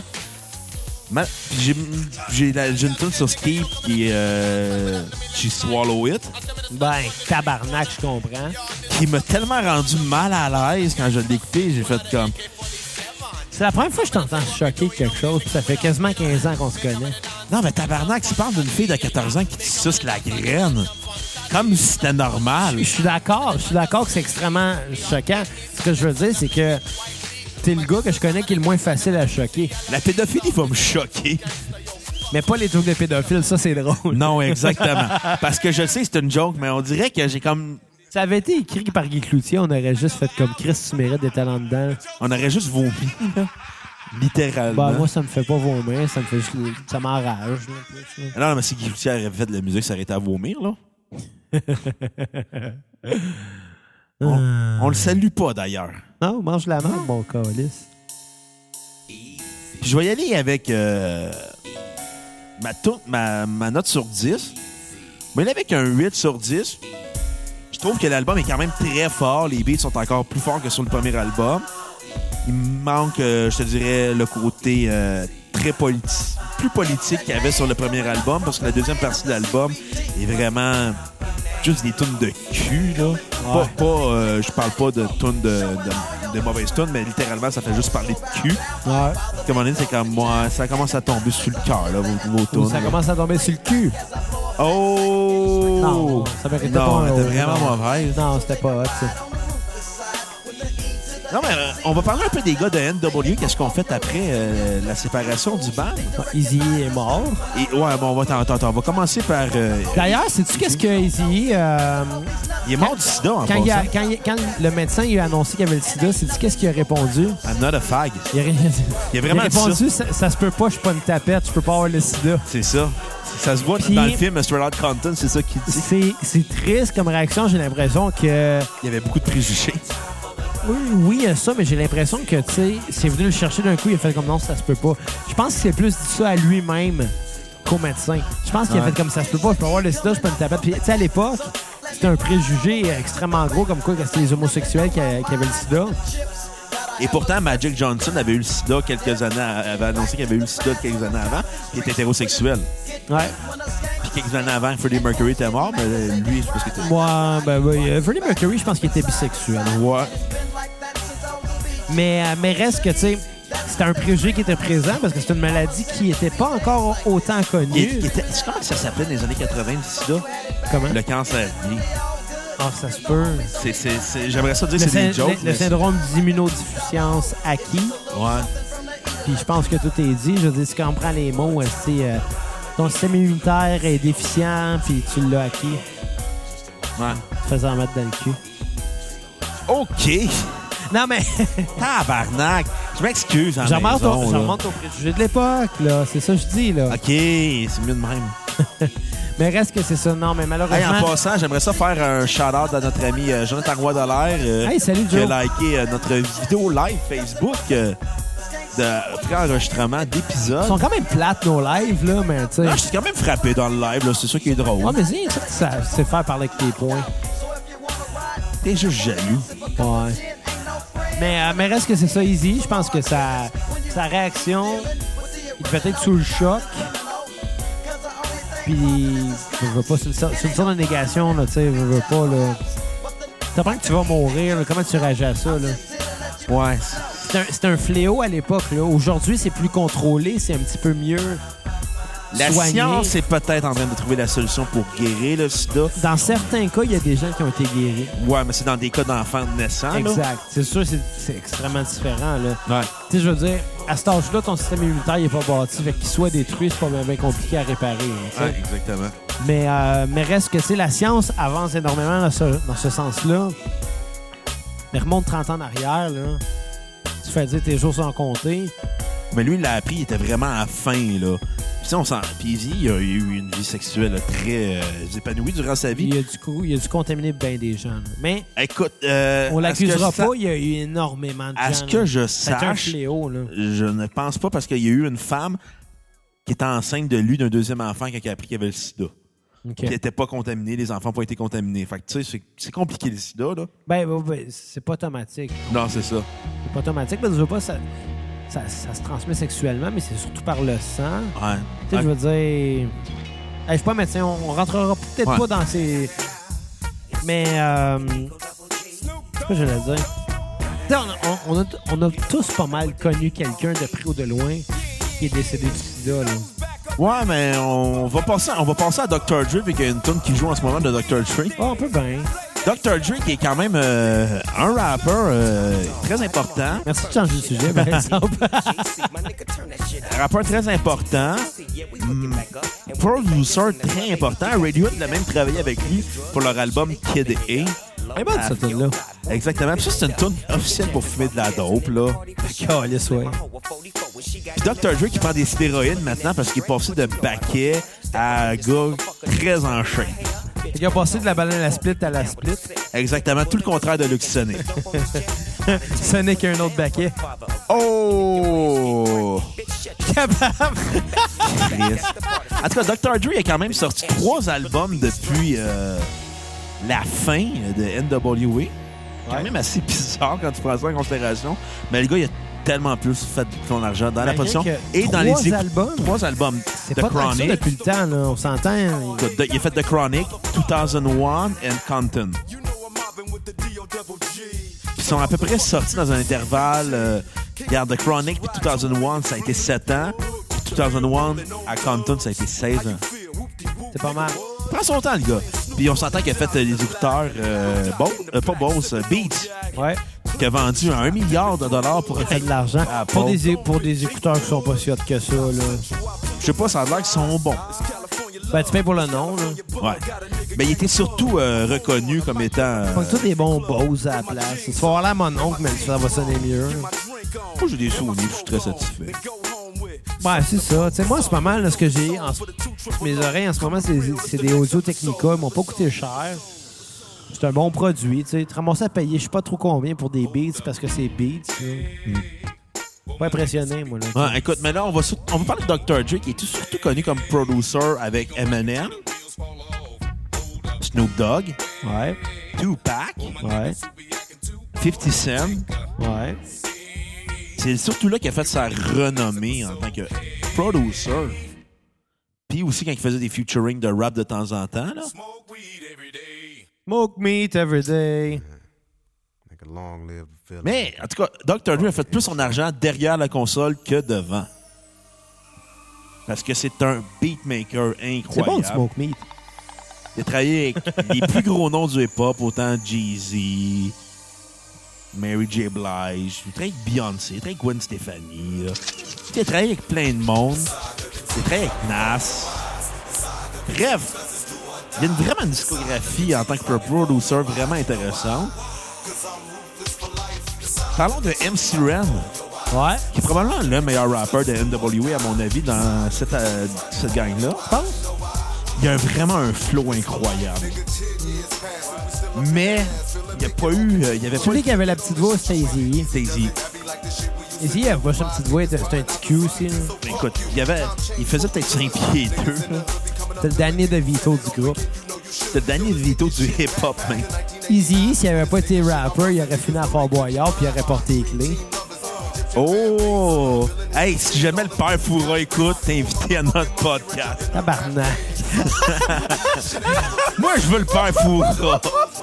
Puis j'ai une tune sur Skip qui est She Swallow It, Ben, tabarnak, je comprends. qui m'a tellement rendu mal à l'aise quand je l'ai écouté. J'ai fait comme... C'est la première fois que je t'entends choquer de quelque chose, puis ça fait quasiment 15 ans qu'on se connaît. Non, mais tabarnak, tu parles d'une fille de 14 ans qui te suce la graine. Comme si c'était normal. Je suis d'accord que c'est extrêmement choquant. Ce que je veux dire, c'est que t'es le gars que je connais qui est le moins facile à choquer. La pédophilie va me choquer. Mais pas les trucs de pédophiles, ça c'est drôle. Non, exactement. Parce que je le sais, c'est une joke, mais on dirait que j'ai comme... Ça avait été écrit par Guy Cloutier, on aurait juste fait comme Chris, tu mérites des talents dedans. On aurait juste vomi, là. Littéralement. Bah, moi, ça me fait pas vomir, ça me fait juste... Ça m'enrage. Là, plus, là. Non, mais si Guy Cloutier avait fait de la musique, ça aurait été à vomir, là. On le salue pas, d'ailleurs. Non, mange la menthe, mon calice. Puis je vais y aller avec ma note sur 10. Je vais y aller avec un 8 sur 10. Je trouve que l'album est quand même très fort. Les beats sont encore plus forts que sur le premier album. Il me manque, je te dirais, le côté plus politique qu'il y avait sur le premier album, parce que la deuxième partie de l'album est vraiment juste des tunes de cul, là. Ouais. Je parle pas de tunes de mauvaises tunes, mais littéralement, ça fait juste parler de cul. Ouais. Comme on dit, c'est comme moi, ça commence à tomber sur le cœur, là, vos tunes. Ça commence à tomber sur le cul. Oh! Non, ça méritait Non, pas un elle était haut, vraiment non. mauvaise. Non, c'était pas hot, ça. Non, mais on va parler un peu des gars de NWA. Qu'est-ce qu'on fait après la séparation du band? Easy est mort. Et, ouais, bon, on va commencer par... D'ailleurs, sais-tu qu'est-ce que Easy... il est mort du sida, en quand, passant. quand le médecin il a annoncé qu'il avait le sida, sais-tu qu'est-ce qu'il a répondu? I'm not a fag. Il a, Il a vraiment dit répondu, ça se peut pas, je suis pas une tapette, je peux pas avoir le sida. C'est ça. Ça se voit Puis- dans le film Straight Outta Compton, c'est ça qu'il dit. C'est triste comme réaction, j'ai l'impression que... Il y avait beaucoup de préjugés. Oui, il y a ça, mais j'ai l'impression que, tu sais, c'est venu le chercher d'un coup, il a fait comme non, ça se peut pas. Je pense qu'il s'est plus dit ça à lui-même qu'au médecin. Je pense qu'il a Ouais. fait comme ça se peut pas, je peux avoir le sida, je peux une tapette. Puis, tu sais, à l'époque, c'était un préjugé extrêmement gros, comme quoi que c'était les homosexuels qui avaient le sida. Et pourtant, Magic Johnson avait eu le sida quelques années... avait annoncé qu'il avait eu le sida quelques années avant. Il était hétérosexuel. Ouais. Puis quelques années avant, Freddie Mercury était mort, mais lui, je pense qu'il était... Moi, ben oui. Freddie Mercury, je pense qu'il était bisexuel. Ouais. Mais reste que, tu sais, c'était un préjugé qui était présent parce que c'est une maladie qui n'était pas encore autant connue. Comment ça s'appelait dans les années 80, le sida? Comment? Le cancer gay. Ah, ça se peut. J'aimerais ça dire que c'est des jokes. Le syndrome d'immunodéficience acquis. Ouais. Puis je pense que tout est dit. Je veux dire, si on prend les mots, ton système immunitaire est déficient, puis tu l'as acquis. Ouais. Faisant mettre dans le cul. OK. Non, mais... Tabarnak. Je m'excuse en J'en maison. remonte au préjugé de l'époque, là. C'est ça que je dis, là. OK, c'est mieux de même. Mais reste que c'est ça. Non, mais malheureusement... Hey, en passant, j'aimerais ça faire un shout-out à notre ami Jonathan Roy Dallaire. Hey, salut, qui a Joe. liké notre vidéo live Facebook de pré-enregistrement d'épisodes. Ils sont quand même plates, nos lives, là, mais tu sais... Ah, je suis quand même frappé dans le live, là. C'est ça qui est drôle. Ouais, mais c'est ça, c'est faire parler avec tes points. T'es juste jaloux. Ouais. Mais reste que c'est ça, Easy. Je pense que sa réaction, il devait être sous le choc. Puis, je veux pas, c'est une sorte de négation, là, tu sais, je veux pas, là. T'apprends que tu vas mourir, là, comment tu réagis à ça, là? Ouais. C'est un fléau à l'époque, là. Aujourd'hui, c'est plus contrôlé, c'est un petit peu mieux La soigné. science est peut-être en train de trouver la solution pour guérir le sida. Dans certains cas, il y a des gens qui ont été guéris. Ouais, mais c'est dans des cas d'enfants naissants, là. Exact. C'est sûr, c'est extrêmement différent, là. Ouais. Tu sais, je veux dire, à cet âge-là, ton système immunitaire n'est pas bâti. Fait qu'il soit détruit, c'est pas bien compliqué à réparer. Hein, tu sais. Ouais, exactement. Mais reste que, tu sais, la science avance énormément dans ce sens-là. Mais remonte 30 ans en arrière, là. Tu fais dire tes jours sont comptés. Mais lui, il l'a appris, il était vraiment à la fin, là. Puis on s'en... Puis il a eu une vie sexuelle très épanouie durant sa vie. Il a dû contaminer bien des gens, là. Mais Écoute, on l'accusera pas. pas, il y a eu énormément de gens. À ce que je C'est un sache, fléau, là. je ne pense pas parce qu'il y a eu une femme qui était enceinte de lui d'un deuxième enfant quand elle a appris qu'il y avait le sida. OK. Qui n'était pas contaminé, les enfants n'ont pas été contaminés. Fait que tu sais, c'est compliqué le sida, là. Ben, c'est pas automatique. Non, c'est ça. C'est pas automatique, mais je veux pas, ça se transmet sexuellement, mais c'est surtout par le sang. Ouais. Tu sais, je veux dire... Hey, je suis pas médecin, on rentrera peut-être pas dans ces... Mais... Qu'est-ce que j'allais dire? Tu sais, on a tous pas mal connu quelqu'un de près ou de loin qui est décédé du sida, là. Ouais, mais on va passer à Dr. Dre, vu qu'il y a une tune qui joue en ce moment de Dr. Dre. Ah, on peut bien. Dr. Dre, qui est quand même un rappeur très important. Merci de changer de sujet, par exemple. Un rappeur très important. Producer très important. Radiohead l'a même travaillé avec lui pour leur album Kid A. Elle est bonne, cette tune-là. Exactement. Puis ça, c'est une tune officielle pour fumer de la dope, là. Calisse, ouais. Puis Dr. Dre qui prend des stéroïdes maintenant parce qu'il est passé de baquet à gars très en shape. Il a passé de la banane à la split à la split. Exactement. Tout le contraire de Luke Sonnet. Ce n'est qu'un autre baquet. Oh! Capable! Triste. En tout cas, Dr. Dre a quand même sorti 3 albums depuis la fin de NWA. Quand même assez bizarre quand tu prends ça en considération. Mais le gars, il a tellement plus fait de son argent dans la position et dans les albums. 3 albums C'est de pas tant que ça Chronic. depuis le temps, là. On s'entend. Il a fait The Chronic, 2001 et Compton. Ils sont à peu près sortis dans un intervalle. Regarde, The Chronic puis 2001, ça a été 7 ans. Puis 2001 à Compton, ça a été 16 ans. C'est pas mal. Prends son temps, le gars. Puis on s'entend qu'il a fait les écouteurs pas Bose, Beats, Ouais. qui a vendu à $1 milliard pour Il fait de l'argent. Ah, Pour bon. des écouteurs qui sont pas si hot que ça, là. Je sais pas, ça a l'air qu'ils sont bons. Ben, tu payes pour le nom, là. Ouais. Mais il était surtout reconnu comme étant... Pas que tous des bons Bose à la place. Tu vas voir là à mon oncle, mais ça va sonner mieux. Moi, j'ai des souvenirs, je suis très satisfait. Ouais, c'est ça. Tu sais, moi, c'est pas mal là, ce que j'ai. Mes oreilles, en ce moment, c'est des Audio-Technica. Ils m'ont pas coûté cher. C'est un bon produit. Tu sais, te ramasser à payer, je sais pas trop combien pour des beats parce que c'est beats. Pas impressionné, moi. Là, Ouais, écoute, mais là, on va parler de Dr. Dre, qui est surtout connu comme producer avec Eminem, Snoop Dogg, Ouais. Tupac, Ouais. 50 Cent. Ouais. C'est surtout là qu'il a fait sa renommée en tant que producer. Puis aussi quand il faisait des featuring de rap de temps en temps. Là. Smoke meat every day. Make a long live the feeling. Mais en tout cas, Dr. Dre a fait plus son argent derrière la console que devant. Parce que c'est un beatmaker incroyable. C'est bon, le smoke meat. Il a travaillé avec les plus gros noms du hip-hop, autant Jay-Z, Mary J. Blige. Il a travaillé avec Beyoncé, il a travaillé avec Gwen Stefani. Là. Il a travaillé avec plein de monde. Il a travaillé avec Nas. Bref, il y a vraiment une discographie en tant que producer vraiment intéressante. Parlons de MC Ren. Ouais. Qui est probablement le meilleur rappeur de NWA, à mon avis, dans cette gang-là. Je pense. Il y a vraiment un flow incroyable. Mais il n'y a pas eu... Il y avait pas Celui qui avait la petite voix, c'était Eazy. Daisy. Eazy, il avait pas sa petite voix, c'était un petit cul aussi. Là. Écoute, il faisait peut-être 5 pieds 2. C'était le Danny DeVito du groupe. C'était Danny DeVito du hip-hop, même. Eazy, s'il avait pas été rapper, il aurait fini à Fort Boyard puis il aurait porté les clés. Oh! Hey, si jamais le père Foura écoute, t'es invité à notre podcast. Tabarnak. Moi, je veux le père Foura.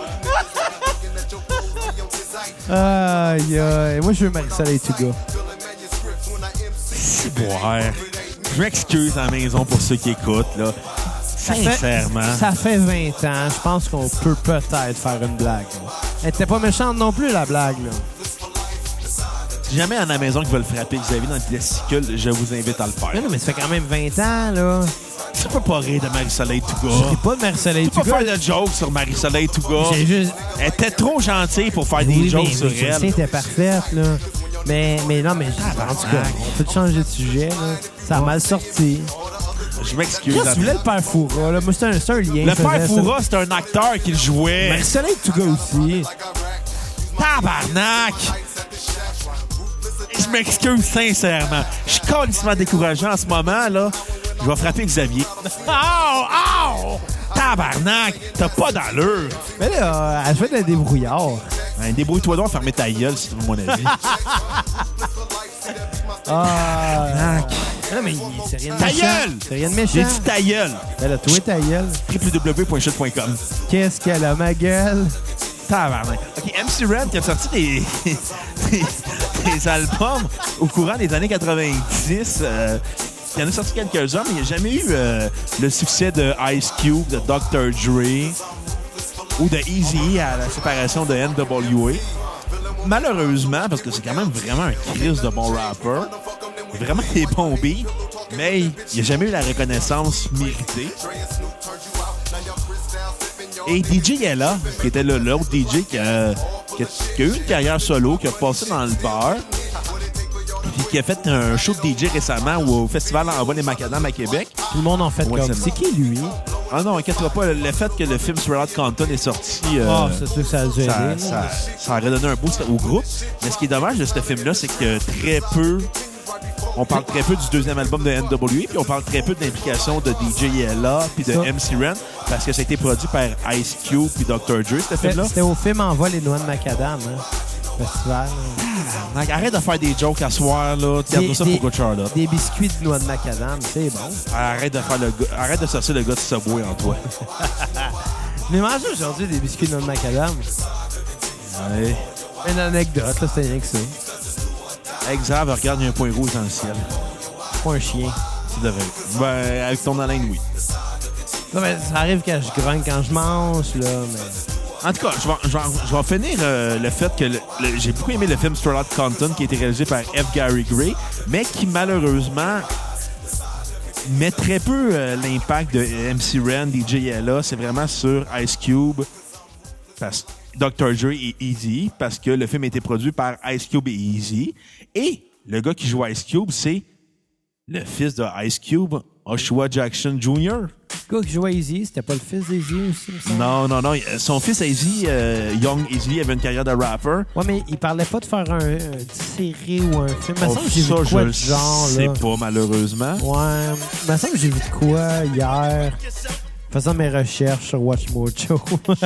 Aïe, aïe. Moi, je veux Marie-Soleil Touga. C'est boire. Je m'excuse à la maison pour ceux qui écoutent, là. Sincèrement. Ça fait 20 ans. Je pense qu'on peut peut-être faire une blague. Là. Elle était pas méchante non plus, la blague. Là. Si jamais en a la maison qui veulent frapper Xavier dans le testicule, je vous invite à le faire. Mais non, mais ça fait quand même 20 ans, là. Tu peux pas rire de Marie-Soleil Touga. Je ris pas de Marie-Soleil Tu peux Touga. pas faire de jokes sur Marie-Soleil Touga. J'ai juste... Elle était trop gentille pour faire des Oui, jokes mais sur Christine elle. était parfaite, là. Mais non, mais en tout cas, on peut changer de sujet, là. Ça a mal sorti. Je m'excuse. Qu'est-ce que tu voulais le père Foura, là? Moi, c'est un lien. Le père Foura, c'est un acteur qui le jouait. Marie-Soleil Touga aussi. Tabarnak! Je m'excuse sincèrement. Je suis calissement découragé en ce moment, là. Je vais frapper Xavier. Oh! Tabarnak! T'as pas d'allure! Mais là, elle fait de la débrouillard. Ben, débrouille-toi donc, fermer ta gueule, si tu veux mon avis. Tabarnak! Non, mais c'est rien de Ta méchant. gueule! C'est rien de méchant. J'ai dit ta gueule! Elle a trouvé ta gueule. www.shit.com. Qu'est-ce qu'elle a, ma gueule? Tabarnak. OK, MC Ren qui a sorti des albums au courant des années 90. Il y en a sorti quelques-uns, mais il n'y a jamais eu le succès de Ice Cube, de Dr. Dre ou de Eazy à la séparation de NWA. Malheureusement, parce que c'est quand même vraiment un Chris de bon rapper, vraiment des bons beats, mais il n'y a jamais eu la reconnaissance méritée. Et DJ Yella, qui était l'autre DJ qui a eu une carrière solo, qui a passé dans le bar, puis qui a fait un show de DJ récemment au Festival Envoi les Macadam à Québec. Tout le monde en fait Ouais, comme. C'est qui, lui? Ah non, inquiète-toi pas, le fait que le film Straight Outta Compton est sorti, C'est sûr que ça a dû aider. ça aurait donné un boost au groupe. Mais ce qui est dommage de ce film-là, c'est que on parle très peu du deuxième album de NWA, puis on parle très peu de l'implication de DJ Yella puis de MC Ren, parce que ça a été produit par Ice Cube puis Dr. Dre, ce film-là. C'était au film Envoi les noix de macadam, hein? Festival. Donc, arrête de faire des jokes à soir, là. Tiens ça pour Good Charlotte. Des biscuits de noix de macadam, c'est bon. Arrête de sortir le gars de Subway en toi. Mais mangé aujourd'hui des biscuits de noix de macadam. Ouais. Une anecdote, là, c'était rien que ça. Exemple, regarde, il y a un point rouge dans le ciel. Pas un chien. Tu devrais. Ben, avec ton haleine, oui. Non, mais ça arrive quand je grogne, quand je mange, là, mais... En tout cas, je vais finir le fait que j'ai beaucoup aimé le film Straight Outta Compton qui a été réalisé par F. Gary Gray, mais qui malheureusement met très peu l'impact de MC Ren, DJ Yella. C'est vraiment sur Ice Cube, Dr. Dre et Eazy, parce que le film a été produit par Ice Cube et Eazy. Et le gars qui joue Ice Cube, c'est le fils de Ice Cube, Joshua Jackson Jr. Le gars qui jouait Eazy, c'était pas le fils d'Eazy aussi, me semble? Non. Son fils Eazy, Young Eazy, avait une carrière de rapper. Ouais, mais il parlait pas de faire une série ou un film. Il me semble que j'ai vu ça, de quoi je de genre, sais là. pas, malheureusement. Ouais, il me semble que j'ai vu de quoi hier, faisant mes recherches sur Watch Mojo.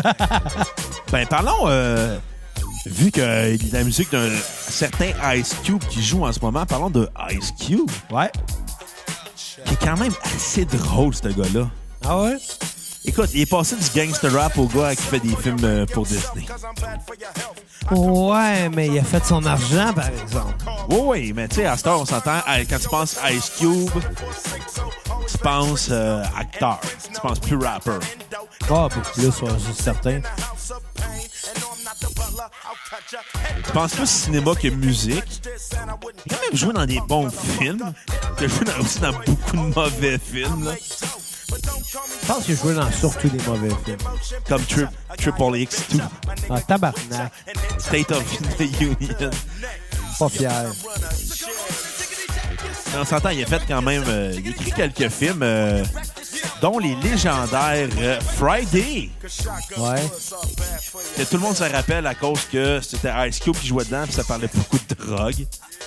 Ben, parlons, vu que y a la musique d'un certain Ice Cube qui joue en ce moment, parlons de Ice Cube. Ouais. Qui est quand même assez drôle, ce gars-là. Ah ouais? Écoute, il est passé du gangster rap au gars qui fait des films pour Disney. Ouais, mais il a fait son argent, par exemple. Oui, mais tu sais, à cette heure, on s'entend, quand tu penses Ice Cube, tu penses acteur. Tu penses plus rapper. Ah, beaucoup plus, c'est certain. Je pense plus cinéma que musique. Il a quand même joué dans des bons films. Il a joué aussi dans beaucoup de mauvais films, là. Je pense qu'il a joué dans surtout des mauvais films. Comme Triple X 2, Ah, tabarnak. State of the Union. Pas fier. On s'entend, il a fait quand même... il a écrit quelques films, dont les légendaires Friday. Ouais. Que tout le monde se rappelle à cause que c'était Ice Cube qui jouait dedans puis ça parlait beaucoup de drogue.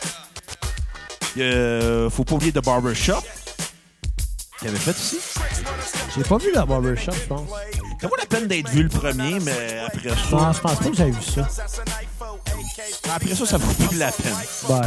Faut pas oublier The Barbershop, qu'il avait fait aussi. J'ai pas vu la Barbershop, je pense. Ça vaut la peine d'être vu le premier, mais après ça... Non, je pense pas que j'avais vu ça. Après ça, ça vaut plus la peine. Ouais.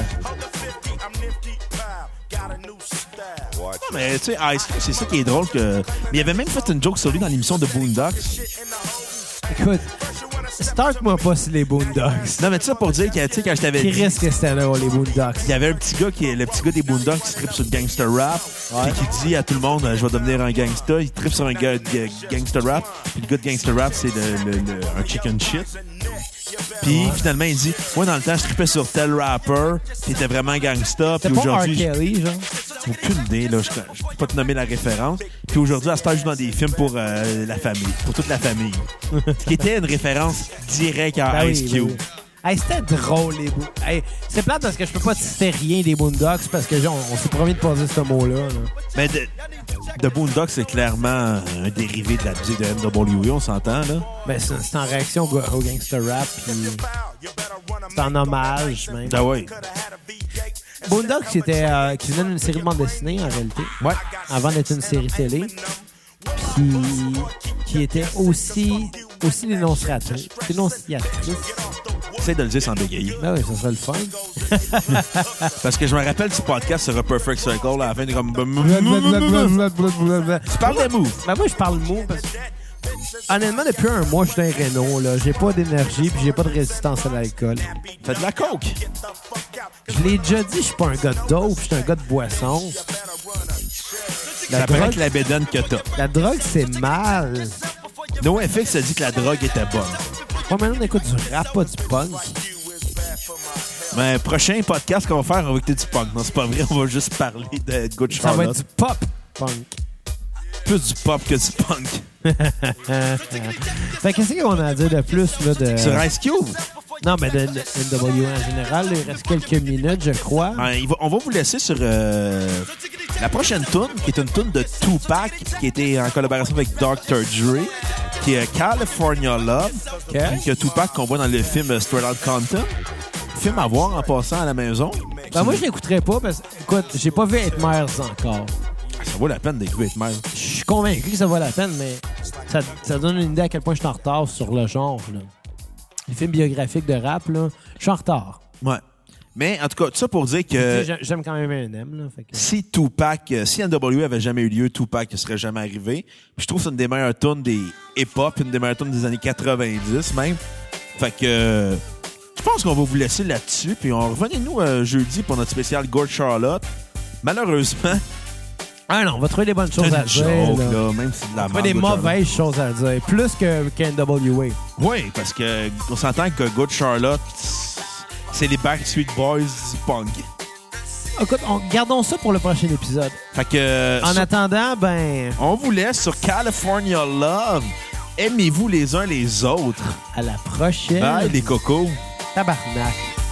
Non, mais tu sais, Ice Cube, c'est ça qui est drôle que... Mais il avait même fait une joke sur lui dans l'émission de Boondocks. Écoute, start-moi pas sur les Boondocks. Non, mais tu sais, pour dire que, tu sais, quand je t'avais Qui dit... risque que c'était là, les Boondocks? Il y avait un petit gars le petit gars des Boondocks qui trippe sur le gangster rap, Ouais. puis qui dit à tout le monde je vais devenir un gangster. Il trippe sur un gars de gangster rap, puis le gars de gangster rap c'est un chicken shit. Puis finalement il dit moi dans le temps je trippais sur tel rapper, puis il était vraiment gangster, puis C'était pas R. aujourd'hui Kelly, genre? aucune idée là, je peux pas te nommer la référence. Puis aujourd'hui à ce temps je joue dans des films pour la famille, pour toute la famille. Ce qui était une référence directe à Ben Ice oui, Cube. ben oui. Hey, c'était drôle, les Boondocks. Hey, c'est plate parce que je peux pas te citer rien des Boondocks parce que genre, on s'est promis de poser ce mot-là. Là. Mais The Boondocks, c'est clairement un dérivé de la musique de NWA, on s'entend, là. Ben, c'est en réaction au gangster rap, puis c'est en hommage, même. Ah ouais. Boondocks, c'était qui venait d'une série de bande dessinée, en réalité. Ouais. Avant d'être une série télé. Puis qui était aussi l'énonciatrice. Essaye de le dire sans bégayer. Ben oui, ça serait le fun. Parce que je me rappelle du podcast sur A Perfect Circle, à la fin, comme... Tu parles de move. Ben moi, je parle mot parce que... Honnêtement, depuis un mois, je suis un Renault, là. J'ai pas d'énergie puis j'ai pas de résistance à l'alcool. Fais de la coke. Je l'ai déjà dit, je suis pas un gars de dope, je suis un gars de boisson. Ça paraît avec la bédaine que t'as. La drogue, c'est mal. NoFX a dit que la drogue était bonne. Pas maintenant, on écoute du rap, pas du punk. Mais prochain podcast qu'on va faire, on va écouter du punk. Non, c'est pas vrai, on va juste parler de Good Ça va Charlotte. être du pop punk. Plus du pop que du punk. Fait qu'est-ce qu'on a à dire de plus, là, de... Sur Ice Cube? Non, mais de NWA en général, là, il reste quelques minutes, je crois. On va vous laisser sur la prochaine tune, qui est une tune de Tupac, qui était en collaboration avec Dr. Dre, qui est California Love, que Tupac qu'on voit dans le film Straight Outta Compton. Film à voir en passant à la maison. Ben moi, je l'écouterai pas parce que, écoute, j'ai pas vu 8 Miles encore. Ça vaut la peine d'écouter 8 Miles. Je suis convaincu que ça vaut la peine, mais ça donne une idée à quel point je suis en retard sur le genre, là. Les films biographiques de rap, là, je suis en retard. Ouais. Mais en tout cas, tout ça pour dire que J'aime quand même Eminem, là. Fait que... si NWA avait jamais eu lieu, Tupac ne serait jamais arrivé. Puis je trouve que c'est une des meilleures tunes des hip-hop, une des meilleures tunes des années 90 même. Fait que je pense qu'on va vous laisser là-dessus. Puis revenez-nous jeudi pour notre spécial Good Charlotte. Malheureusement, Ah non, on va trouver des bonnes choses à dire. joke, Là. là, même si c'est de la On va merde. des Good Charlotte. mauvaises choses à dire. Plus que NWA. Oui, parce que on s'entend que Good Charlotte, c'est les Backstreet Boys du punk. Écoute, gardons ça pour le prochain épisode. Fait que En attendant, ben, on vous laisse sur California Love. Aimez-vous les uns les autres. à la prochaine. Bye les cocos. Tabarnak.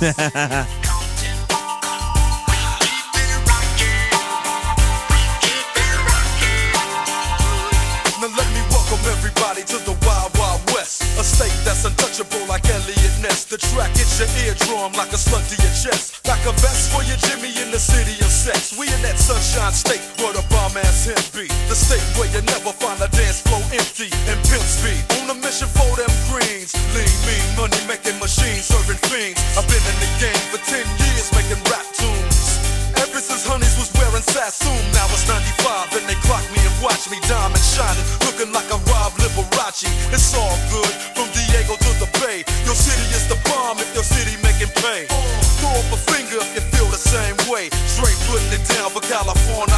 Now let me welcome everybody to the Wild Wild West. A state that's untouchable like Elliot Ness. The track hits your eardrum like a slug to your chest. Like a vest for your Jimmy in the city of sex. We in that sunshine state where the bomb ass him be. The state where you never find a dance floor empty and pimp speed. On a mission for them greens. Lean, mean, money making machines serving fiends. I've been in the game for 10 years making rap tunes. Ever since Honeys was wearing Sassoon, now it's 95 and they clock me and watch me diamond shining, looking like a Rob Liberace. It's all good from Diego to the Bay. Your city is the bomb if your city making pay. Throw up a finger if you feel the same way. Straight putting it down for California